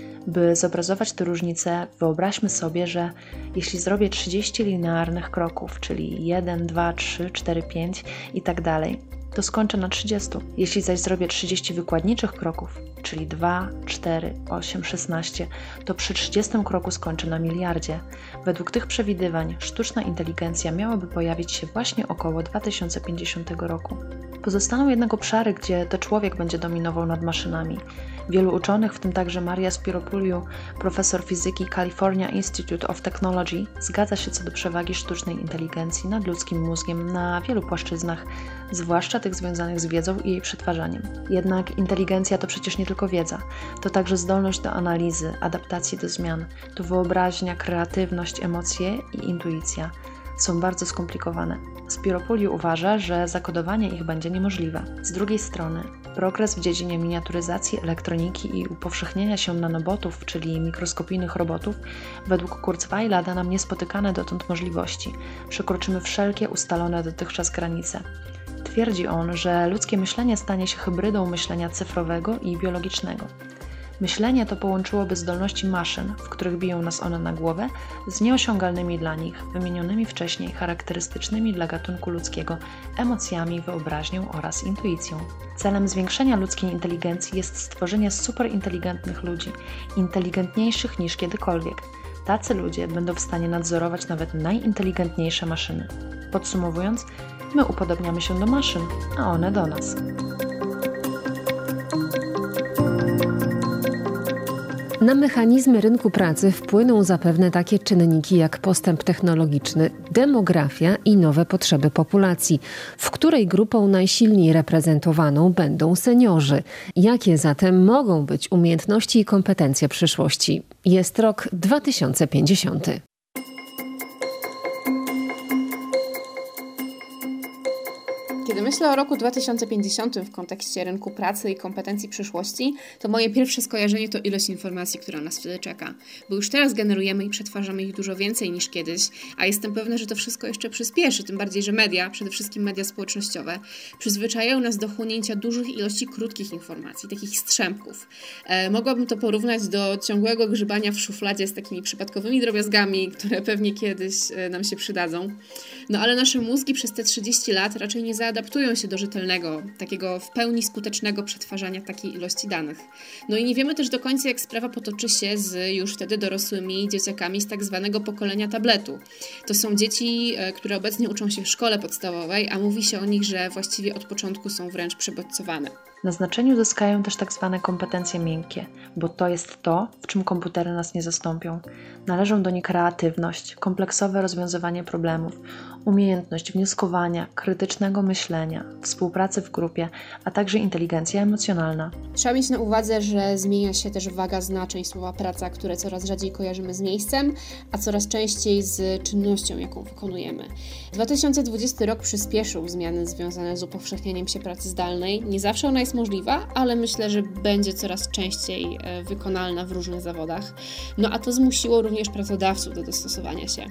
By zobrazować tę różnicę, wyobraźmy sobie, że jeśli zrobię 30 linearnych kroków, czyli 1, 2, 3, 4, 5 i tak dalej, to skończę na 30. Jeśli zaś zrobię 30 wykładniczych kroków, czyli 2, 4, 8, 16, to przy 30 kroku skończę na miliardzie. Według tych przewidywań sztuczna inteligencja miałaby pojawić się właśnie około 2050 roku. Pozostaną jednak obszary, gdzie to człowiek będzie dominował nad maszynami. Wielu uczonych, w tym także Maria Spiropoulou, profesor fizyki California Institute of Technology, zgadza się co do przewagi sztucznej inteligencji nad ludzkim mózgiem na wielu płaszczyznach, zwłaszcza tych związanych z wiedzą i jej przetwarzaniem. Jednak inteligencja to przecież nie tylko wiedza, to także zdolność do analizy, adaptacji do zmian, to wyobraźnia, kreatywność, emocje i intuicja. Są bardzo skomplikowane. Spiropoulou uważa, że zakodowanie ich będzie niemożliwe. Z drugiej strony, progres w dziedzinie miniaturyzacji, elektroniki i upowszechnienia się nanobotów, czyli mikroskopijnych robotów, według Kurzweila da nam niespotykane dotąd możliwości. Przekroczymy wszelkie ustalone dotychczas granice. Twierdzi on, że ludzkie myślenie stanie się hybrydą myślenia cyfrowego i biologicznego. Myślenie to połączyłoby zdolności maszyn, w których biją nas one na głowę, z nieosiągalnymi dla nich, wymienionymi wcześniej, charakterystycznymi dla gatunku ludzkiego emocjami, wyobraźnią oraz intuicją. Celem zwiększenia ludzkiej inteligencji jest stworzenie superinteligentnych ludzi, inteligentniejszych niż kiedykolwiek. Tacy ludzie będą w stanie nadzorować nawet najinteligentniejsze maszyny. Podsumowując, my upodobniamy się do maszyn, a one do nas. Na mechanizmy rynku pracy wpłyną zapewne takie czynniki jak postęp technologiczny, demografia i nowe potrzeby populacji, w której grupą najsilniej reprezentowaną będą seniorzy. Jakie zatem mogą być umiejętności i kompetencje przyszłości? Jest rok 2050. Kiedy myślę o roku 2050 w kontekście rynku pracy i kompetencji przyszłości, to moje pierwsze skojarzenie to ilość informacji, która nas wtedy czeka. Bo już teraz generujemy i przetwarzamy ich dużo więcej niż kiedyś, a jestem pewna, że to wszystko jeszcze przyspieszy, tym bardziej, że media, przede wszystkim media społecznościowe, przyzwyczajają nas do chłonięcia dużych ilości krótkich informacji, takich strzępków. Mogłabym to porównać do ciągłego grzebania w szufladzie z takimi przypadkowymi drobiazgami, które pewnie kiedyś nam się przydadzą. No ale nasze mózgi przez te 30 lat raczej nie zaadaptują się do rzetelnego, takiego w pełni skutecznego przetwarzania takiej ilości danych. No i nie wiemy też do końca, jak sprawa potoczy się z już wtedy dorosłymi dzieciakami z tak zwanego pokolenia tabletu. To są dzieci, które obecnie uczą się w szkole podstawowej, a mówi się o nich, że właściwie od początku są wręcz przebodźcowane. Na znaczeniu zyskają też tak zwane kompetencje miękkie, bo to jest to, w czym komputery nas nie zastąpią. Należą do nich kreatywność, kompleksowe rozwiązywanie problemów, umiejętność wnioskowania, krytycznego myślenia, współpracy w grupie, a także inteligencja emocjonalna. Trzeba mieć na uwadze, że zmienia się też waga znaczeń słowa praca, które coraz rzadziej kojarzymy z miejscem, a coraz częściej z czynnością, jaką wykonujemy. 2020 rok przyspieszył zmiany związane z upowszechnieniem się pracy zdalnej. Nie zawsze ona jest możliwa, ale myślę, że będzie coraz częściej wykonalna w różnych zawodach. No a to zmusiło również pracodawców do dostosowania się.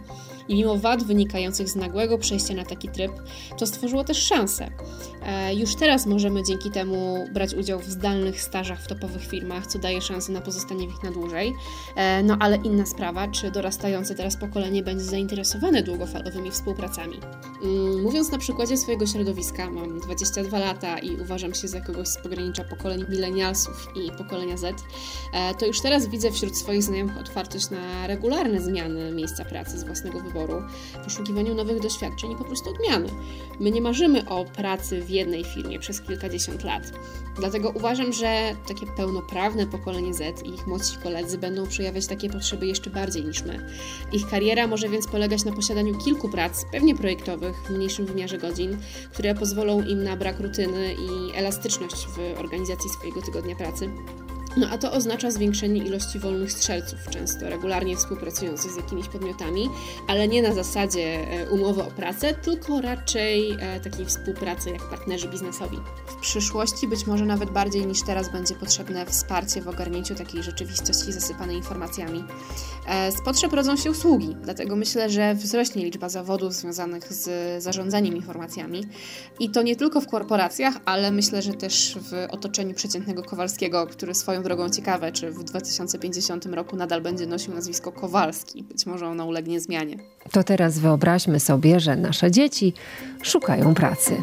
I mimo wad wynikających z nagłego przejścia na taki tryb, to stworzyło też szansę. Już teraz możemy dzięki temu brać udział w zdalnych stażach w topowych firmach, co daje szansę na pozostanie w nich na dłużej. No ale inna sprawa, czy dorastające teraz pokolenie będzie zainteresowane długofalowymi współpracami. Mówiąc na przykładzie swojego środowiska, mam 22 lata i uważam się za kogoś z pogranicza pokoleń milenialsów i pokolenia Z, to już teraz widzę wśród swoich znajomych otwartość na regularne zmiany miejsca pracy z własnego wyboru, poszukiwaniu nowych doświadczeń i po prostu odmiany. My nie marzymy o pracy w jednej firmie przez kilkadziesiąt lat. Dlatego uważam, że takie pełnoprawne pokolenie Z i ich młodsi koledzy będą przejawiać takie potrzeby jeszcze bardziej niż my. Ich kariera może więc polegać na posiadaniu kilku prac, pewnie projektowych, w mniejszym wymiarze godzin, które pozwolą im na brak rutyny i elastyczność w organizacji swojego tygodnia pracy. No a to oznacza zwiększenie ilości wolnych strzelców, często regularnie współpracujących z jakimiś podmiotami, ale nie na zasadzie umowy o pracę, tylko raczej takiej współpracy jak partnerzy biznesowi. W przyszłości być może nawet bardziej niż teraz będzie potrzebne wsparcie w ogarnięciu takiej rzeczywistości zasypanej informacjami. Z potrzeb rodzą się usługi, dlatego myślę, że wzrośnie liczba zawodów związanych z zarządzaniem informacjami i to nie tylko w korporacjach, ale myślę, że też w otoczeniu przeciętnego Kowalskiego, który swoją drogą ciekawe, czy w 2050 roku nadal będzie nosił nazwisko Kowalski. Być może ono ulegnie zmianie. To teraz wyobraźmy sobie, że nasze dzieci szukają pracy.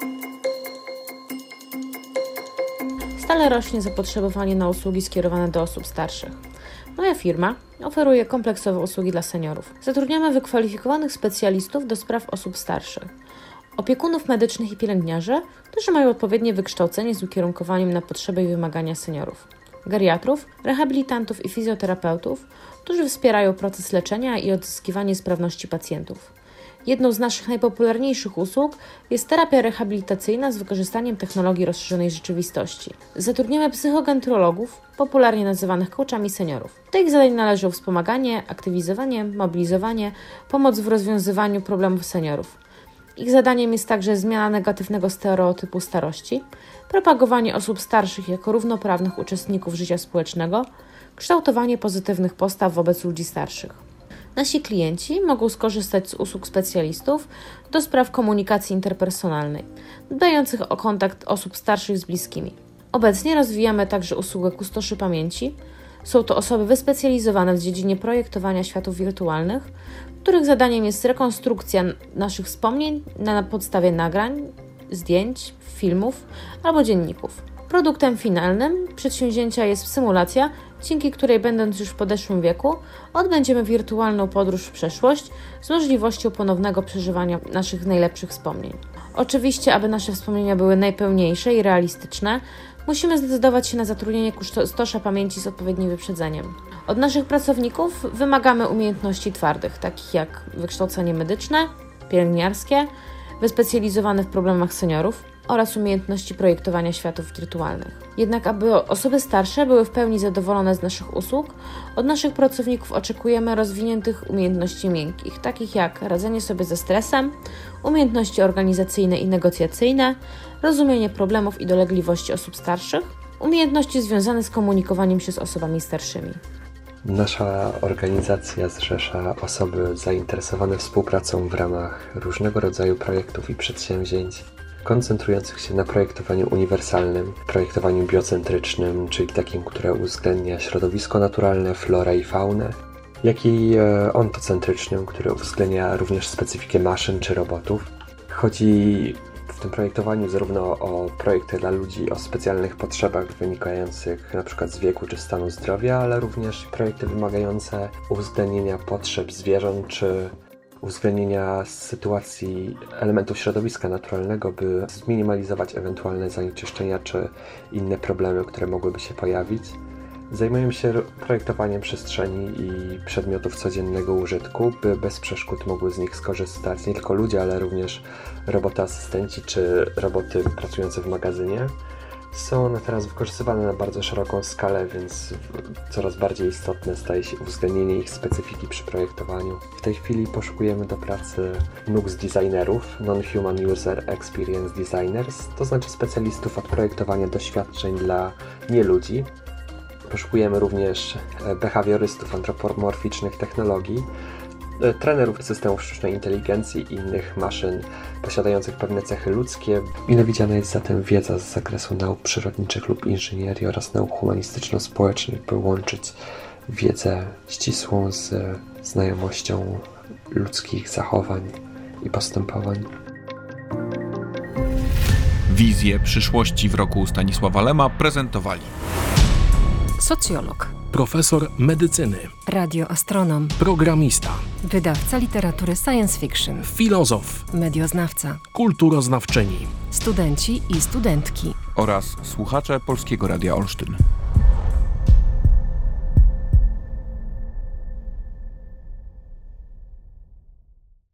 Stale rośnie zapotrzebowanie na usługi skierowane do osób starszych. Moja firma oferuje kompleksowe usługi dla seniorów. Zatrudniamy wykwalifikowanych specjalistów do spraw osób starszych, opiekunów medycznych i pielęgniarzy, którzy mają odpowiednie wykształcenie z ukierunkowaniem na potrzeby i wymagania seniorów, geriatrów, rehabilitantów i fizjoterapeutów, którzy wspierają proces leczenia i odzyskiwanie sprawności pacjentów. Jedną z naszych najpopularniejszych usług jest terapia rehabilitacyjna z wykorzystaniem technologii rozszerzonej rzeczywistości. Zatrudniamy psychogentrologów, popularnie nazywanych coachami seniorów. Do ich zadań należą wspomaganie, aktywizowanie, mobilizowanie, pomoc w rozwiązywaniu problemów seniorów. Ich zadaniem jest także zmiana negatywnego stereotypu starości, propagowanie osób starszych jako równoprawnych uczestników życia społecznego, kształtowanie pozytywnych postaw wobec ludzi starszych. Nasi klienci mogą skorzystać z usług specjalistów do spraw komunikacji interpersonalnej, dbających o kontakt osób starszych z bliskimi. Obecnie rozwijamy także usługę kustoszy pamięci. Są to osoby wyspecjalizowane w dziedzinie projektowania światów wirtualnych, których zadaniem jest rekonstrukcja naszych wspomnień na podstawie nagrań, zdjęć, filmów albo dzienników. Produktem finalnym przedsięwzięcia jest symulacja, dzięki której, będąc już w podeszłym wieku, odbędziemy wirtualną podróż w przeszłość z możliwością ponownego przeżywania naszych najlepszych wspomnień. Oczywiście, aby nasze wspomnienia były najpełniejsze i realistyczne, musimy zdecydować się na zatrudnienie kustosza pamięci z odpowiednim wyprzedzeniem. Od naszych pracowników wymagamy umiejętności twardych, takich jak wykształcenie medyczne, pielęgniarskie, wyspecjalizowane w problemach seniorów oraz umiejętności projektowania światów wirtualnych. Jednak aby osoby starsze były w pełni zadowolone z naszych usług, od naszych pracowników oczekujemy rozwiniętych umiejętności miękkich, takich jak radzenie sobie ze stresem, umiejętności organizacyjne i negocjacyjne, rozumienie problemów i dolegliwości osób starszych, umiejętności związane z komunikowaniem się z osobami starszymi. Nasza organizacja zrzesza osoby zainteresowane współpracą w ramach różnego rodzaju projektów i przedsięwzięć, koncentrujących się na projektowaniu uniwersalnym, projektowaniu biocentrycznym, czyli takim, które uwzględnia środowisko naturalne, florę i faunę, jak i ontocentrycznym, który uwzględnia również specyfikę maszyn czy robotów. Chodzi w tym projektowaniu zarówno o projekty dla ludzi o specjalnych potrzebach wynikających np. z wieku czy stanu zdrowia, ale również projekty wymagające uwzględnienia potrzeb zwierząt czy uwzględnienia sytuacji elementów środowiska naturalnego, by zminimalizować ewentualne zanieczyszczenia czy inne problemy, które mogłyby się pojawić. Zajmujemy się projektowaniem przestrzeni i przedmiotów codziennego użytku, by bez przeszkód mogły z nich skorzystać nie tylko ludzie, ale również roboty asystenci czy roboty pracujące w magazynie. Są one teraz wykorzystywane na bardzo szeroką skalę, więc coraz bardziej istotne staje się uwzględnienie ich specyfiki przy projektowaniu. W tej chwili poszukujemy do pracy NUX designerów, Non-Human User Experience Designers, to znaczy specjalistów od projektowania doświadczeń dla nieludzi. Poszukujemy również behawiorystów antropomorficznych technologii, trenerów systemów sztucznej inteligencji i innych maszyn posiadających pewne cechy ludzkie. Mile widziana jest zatem wiedza z zakresu nauk przyrodniczych lub inżynierii oraz nauk humanistyczno-społecznych, by łączyć wiedzę ścisłą z znajomością ludzkich zachowań i postępowań. Wizję przyszłości w roku Stanisława Lema prezentowali Socjolog, profesor medycyny, radioastronom, programista, wydawca literatury science fiction, filozof, medioznawca, kulturoznawczyni, studenci i studentki oraz słuchacze Polskiego Radia Olsztyn.